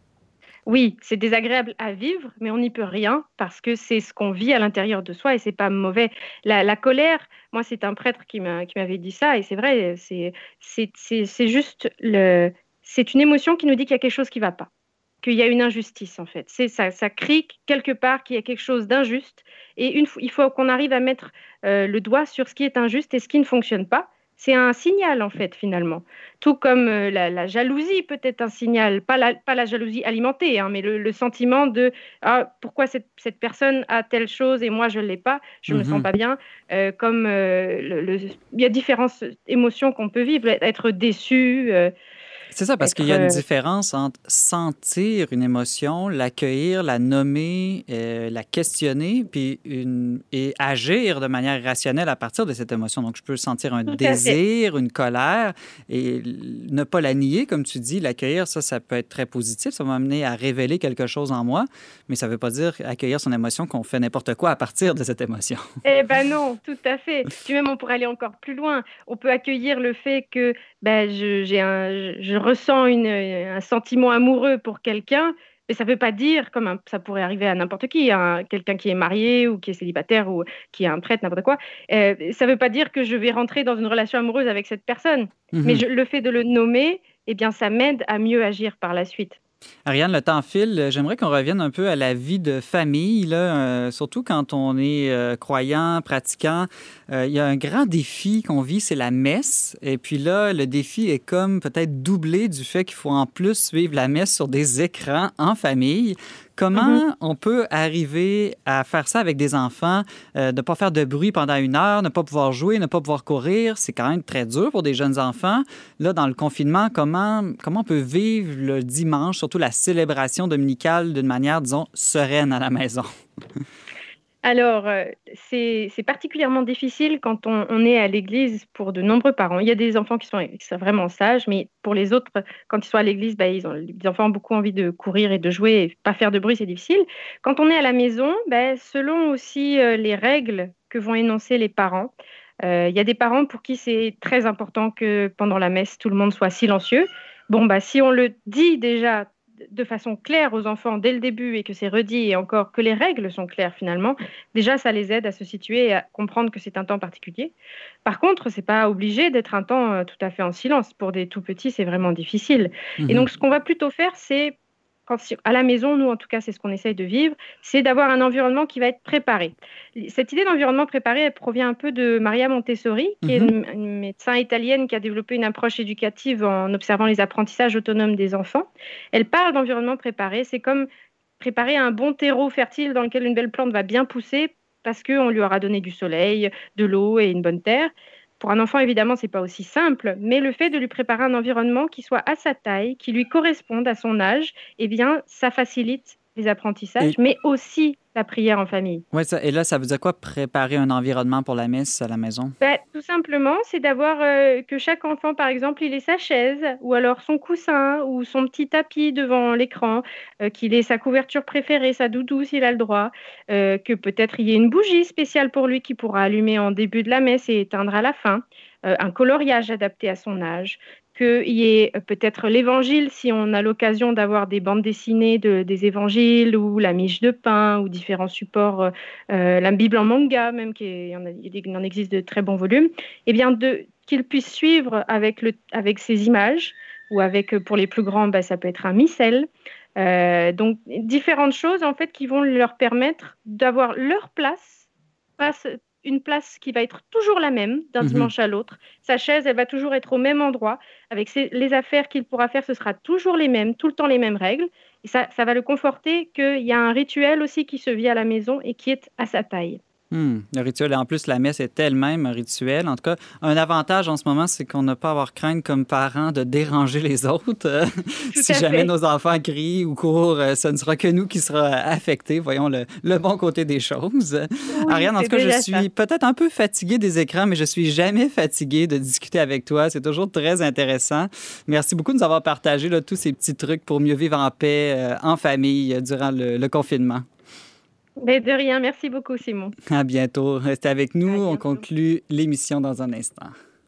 Oui, c'est désagréable à vivre, mais on n'y peut rien parce que c'est ce qu'on vit à l'intérieur de soi et c'est pas mauvais. La, la colère, moi, c'est un prêtre qui, m'a, qui m'avait dit ça et c'est vrai, c'est, c'est, c'est, c'est juste le, c'est une émotion qui nous dit qu'il y a quelque chose qui ne va pas, qu'il y a une injustice en fait. C'est ça, ça crie quelque part qu'il y a quelque chose d'injuste et une, il faut qu'on arrive à mettre euh, le doigt sur ce qui est injuste et ce qui ne fonctionne pas. C'est un signal, en fait, finalement. Tout comme euh, la, la jalousie peut être un signal, pas la, pas la jalousie alimentée, hein, mais le, le sentiment de ah, pourquoi cette, cette personne a telle chose et moi, je ne l'ai pas, je ne mm-hmm. me sens pas bien. Euh, comme euh, le, le, il y a différentes émotions qu'on peut vivre, être déçu. Euh, C'est ça, parce être... qu'il y a une différence entre sentir une émotion, l'accueillir, la nommer, euh, la questionner, puis une... et agir de manière rationnelle à partir de cette émotion. Donc, je peux sentir un Tout désir, une colère, et ne pas la nier, comme tu dis, l'accueillir, ça, ça peut être très positif. Ça va m'amener à révéler quelque chose en moi, mais ça ne veut pas dire accueillir son émotion qu'on fait n'importe quoi à partir de cette émotion. Eh bien non, tout à fait. Puis même, on pourrait aller encore plus loin. On peut accueillir le fait que ben, je, j'ai un... Je, je ressens une, un sentiment amoureux pour quelqu'un, mais ça ne veut pas dire, comme un, ça pourrait arriver à n'importe qui, hein, quelqu'un qui est marié ou qui est célibataire ou qui est un prêtre, n'importe quoi, euh, ça ne veut pas dire que je vais rentrer dans une relation amoureuse avec cette personne. Mm-hmm. Mais je, le fait de le nommer, eh bien, ça m'aide à mieux agir par la suite. Ariane, le temps file. J'aimerais qu'on revienne un peu à la vie de famille, là, euh, surtout quand on est euh, croyant, pratiquant. Euh, il y a un grand défi qu'on vit, c'est la messe. Et puis là, le défi est comme peut-être doublé du fait qu'il faut en plus suivre la messe sur des écrans en famille. Comment mm-hmm. on peut arriver à faire ça avec des enfants, euh, de ne pas faire de bruit pendant une heure, ne pas pouvoir jouer, ne pas pouvoir courir? C'est quand même très dur pour des jeunes enfants. Là, dans le confinement, comment, comment on peut vivre le dimanche, surtout la célébration dominicale, d'une manière, disons, sereine à la maison? Alors, euh, c'est, c'est particulièrement difficile quand on, on est à l'église pour de nombreux parents. Il y a des enfants qui sont, qui sont vraiment sages, mais pour les autres, quand ils sont à l'église, bah, ils ont, les enfants ont beaucoup envie de courir et de jouer et pas faire de bruit, c'est difficile. Quand on est à la maison, bah, selon aussi euh, les règles que vont énoncer les parents, euh, il y a des parents pour qui c'est très important que pendant la messe, tout le monde soit silencieux. Bon, bah, si on le dit déjà de façon claire aux enfants dès le début et que c'est redit et encore que les règles sont claires finalement, déjà ça les aide à se situer et à comprendre que c'est un temps particulier. Par contre, c'est pas obligé d'être un temps tout à fait en silence. Pour des tout petits, c'est vraiment difficile. Mmh. Et donc ce qu'on va plutôt faire, c'est quand, à la maison, nous en tout cas, c'est ce qu'on essaye de vivre, c'est d'avoir un environnement qui va être préparé. Cette idée d'environnement préparé, elle provient un peu de Maria Montessori, qui mm-hmm. est une, une médecin italienne qui a développé une approche éducative en observant les apprentissages autonomes des enfants. Elle parle d'environnement préparé, c'est comme préparer un bon terreau fertile dans lequel une belle plante va bien pousser parce qu'on lui aura donné du soleil, de l'eau et une bonne terre. Pour un enfant, évidemment, ce n'est pas aussi simple, mais le fait de lui préparer un environnement qui soit à sa taille, qui lui corresponde à son âge, eh bien, ça facilite les apprentissages, Et- mais aussi la prière en famille. Ouais, ça, et là, ça veut dire quoi, préparer un environnement pour la messe à la maison? Ben, tout simplement, c'est d'avoir euh, que chaque enfant, par exemple, il ait sa chaise, ou alors son coussin, ou son petit tapis devant l'écran, euh, qu'il ait sa couverture préférée, sa doudou s'il a le droit, euh, que peut-être il y ait une bougie spéciale pour lui qui pourra allumer en début de la messe et éteindre à la fin, euh, un coloriage adapté à son âge, qu'il y ait euh, peut-être l'évangile si on a l'occasion d'avoir des bandes dessinées de, des évangiles, ou la miche de pain, ou différents supports, euh, euh, la Bible en manga même, qui est, il y en a- il en existe de très bons volumes, et bien de, qu'ils puissent suivre avec, le, avec ces images, ou avec, euh, pour les plus grands, bah, ça peut être un missel. Euh, donc, différentes choses en fait qui vont leur permettre d'avoir leur place, pas ce- une place qui va être toujours la même d'un Mhm. dimanche à l'autre. Sa chaise, elle va toujours être au même endroit. Avec ses- les affaires qu'il pourra faire, ce sera toujours les mêmes, tout le temps les mêmes règles. Et ça, ça va le conforter qu'il y a un rituel aussi qui se vit à la maison et qui est à sa taille. Hmm, le rituel. Et en plus, la messe est elle-même un rituel. En tout cas, un avantage en ce moment, c'est qu'on n'a pas à avoir crainte comme parents de déranger les autres. Euh, si à jamais fait. nos enfants crient ou courent, euh, ce ne sera que nous qui sera affectés. Voyons le, le bon côté des choses. Ariane, en c'est tout cas, je déjà suis ça. peut-être un peu fatiguée des écrans, mais je suis jamais fatiguée de discuter avec toi. C'est toujours très intéressant. Merci beaucoup de nous avoir partagé là, tous ces petits trucs pour mieux vivre en paix, euh, en famille, euh, durant le, le confinement. Mais de rien, merci beaucoup Simon. À bientôt. Restez avec nous. À On bientôt. conclut l'émission dans un instant.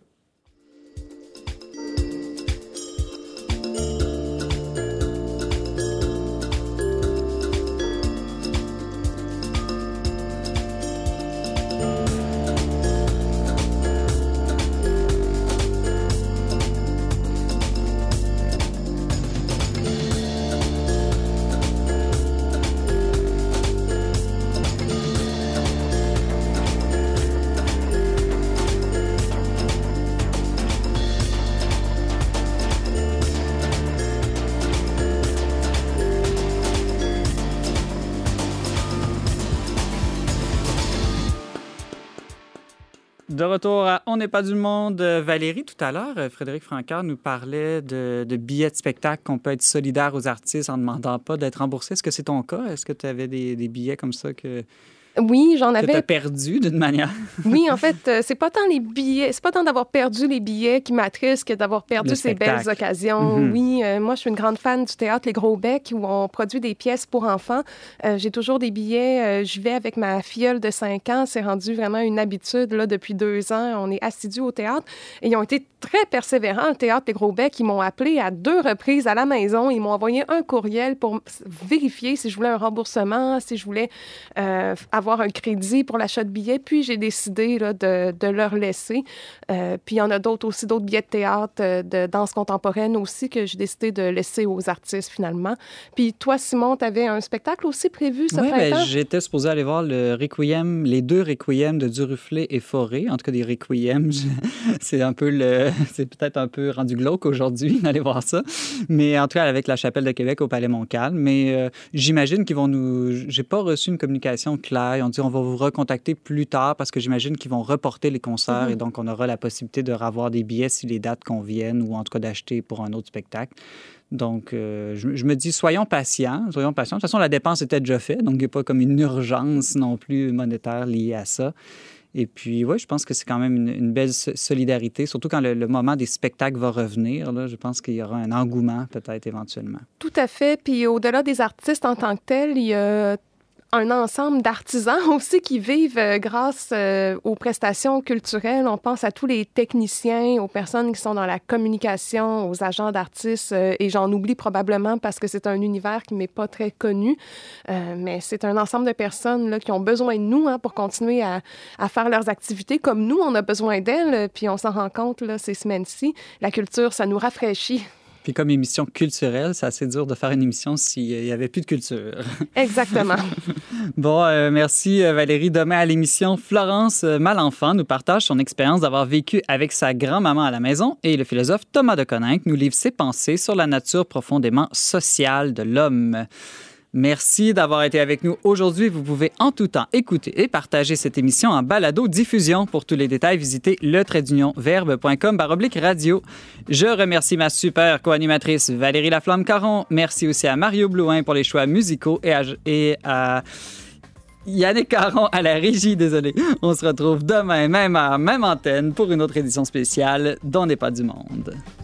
De retour à On n'est pas du monde. Valérie, tout à l'heure, Frédéric Francard nous parlait de, de billets de spectacle, qu'on peut être solidaire aux artistes en ne demandant pas d'être remboursé. Est-ce que c'est ton cas? Est-ce que tu avais des, des billets comme ça que, Oui, j'en que tu as avais. perdus d'une manière? Oui, en fait, euh, c'est pas tant les billets, c'est pas tant d'avoir perdu les billets qui m'attristent que d'avoir perdu Le ces spectacle. belles occasions. Mhm. Oui, euh, moi, je suis une grande fan du théâtre Les Gros Becs où on produit des pièces pour enfants. Euh, j'ai toujours des billets. Euh, j'y vais avec ma filleule de cinq ans. C'est rendu vraiment une habitude là, depuis deux ans. On est assidus au théâtre et ils ont été très persévérants, le théâtre Les Gros Becs. Ils m'ont appelé à deux reprises à la maison. Ils m'ont envoyé un courriel pour vérifier si je voulais un remboursement, si je voulais euh, avoir un crédit pour l'achat de billets, puis j'ai décidé là, de, de leur laisser. Euh, puis il y en a d'autres aussi, d'autres billets de théâtre, euh, de danse contemporaine aussi, que j'ai décidé de laisser aux artistes finalement. Puis toi, Simon, tu avais un spectacle aussi prévu ce Oui, printemps? ben, j'étais supposé aller voir le Requiem, les deux Requiem de Duruflé et Forêt. En tout cas, des Requiem, je- c'est un peu le, c'est peut-être un peu rendu glauque aujourd'hui d'aller voir ça. Mais en tout cas, avec la Chapelle de Québec au Palais Montcalm. Mais euh, j'imagine qu'ils vont nous. J'ai pas reçu une communication claire. Ils ont dit on va vous recontacter plus tard parce que j'imagine qu'ils vont reporter les concerts Mhm. et donc on aura la possibilité de revoir des billets si les dates conviennent ou en tout cas d'acheter pour un autre spectacle. Donc, euh, je, je me dis, soyons patients, soyons patients. De toute façon, la dépense était déjà faite, donc il n'y a pas comme une urgence non plus monétaire liée à ça. Et puis, oui, je pense que c'est quand même une, une belle so- solidarité, surtout quand le, le moment des spectacles va revenir. Là, je pense qu'il y aura un engouement peut-être éventuellement. Tout à fait. Puis au-delà des artistes en tant que tels, il y a un ensemble d'artisans aussi qui vivent euh, grâce euh, aux prestations culturelles. On pense à tous les techniciens, aux personnes qui sont dans la communication, aux agents d'artistes, euh, et j'en oublie probablement parce que c'est un univers qui m'est pas très connu, euh, mais c'est un ensemble de personnes là, qui ont besoin de nous hein, pour continuer à, à faire leurs activités comme nous, on a besoin d'elles, puis on s'en rend compte là, ces semaines-ci. La culture, ça nous rafraîchit. Puis comme émission culturelle, c'est assez dur de faire une émission s'il n'y avait plus de culture. Exactement. Bon, euh, merci euh, Valérie. Demain à l'émission, Florence euh, Malenfant nous partage son expérience d'avoir vécu avec sa grand-maman à la maison et le philosophe Thomas de Coninck nous livre ses pensées sur la nature profondément sociale de l'homme. Merci d'avoir été avec nous aujourd'hui. Vous pouvez en tout temps écouter et partager cette émission en balado-diffusion. Pour tous les détails, visitez le trait d'union verbe point com baroblique radio. Je remercie ma super co-animatrice Valérie Laflamme-Caron. Merci aussi à Mario Blouin pour les choix musicaux et à, et à Yannick Caron à la régie. Désolé. On se retrouve demain, même heure, même antenne, pour une autre édition spéciale d'On n'est pas du monde.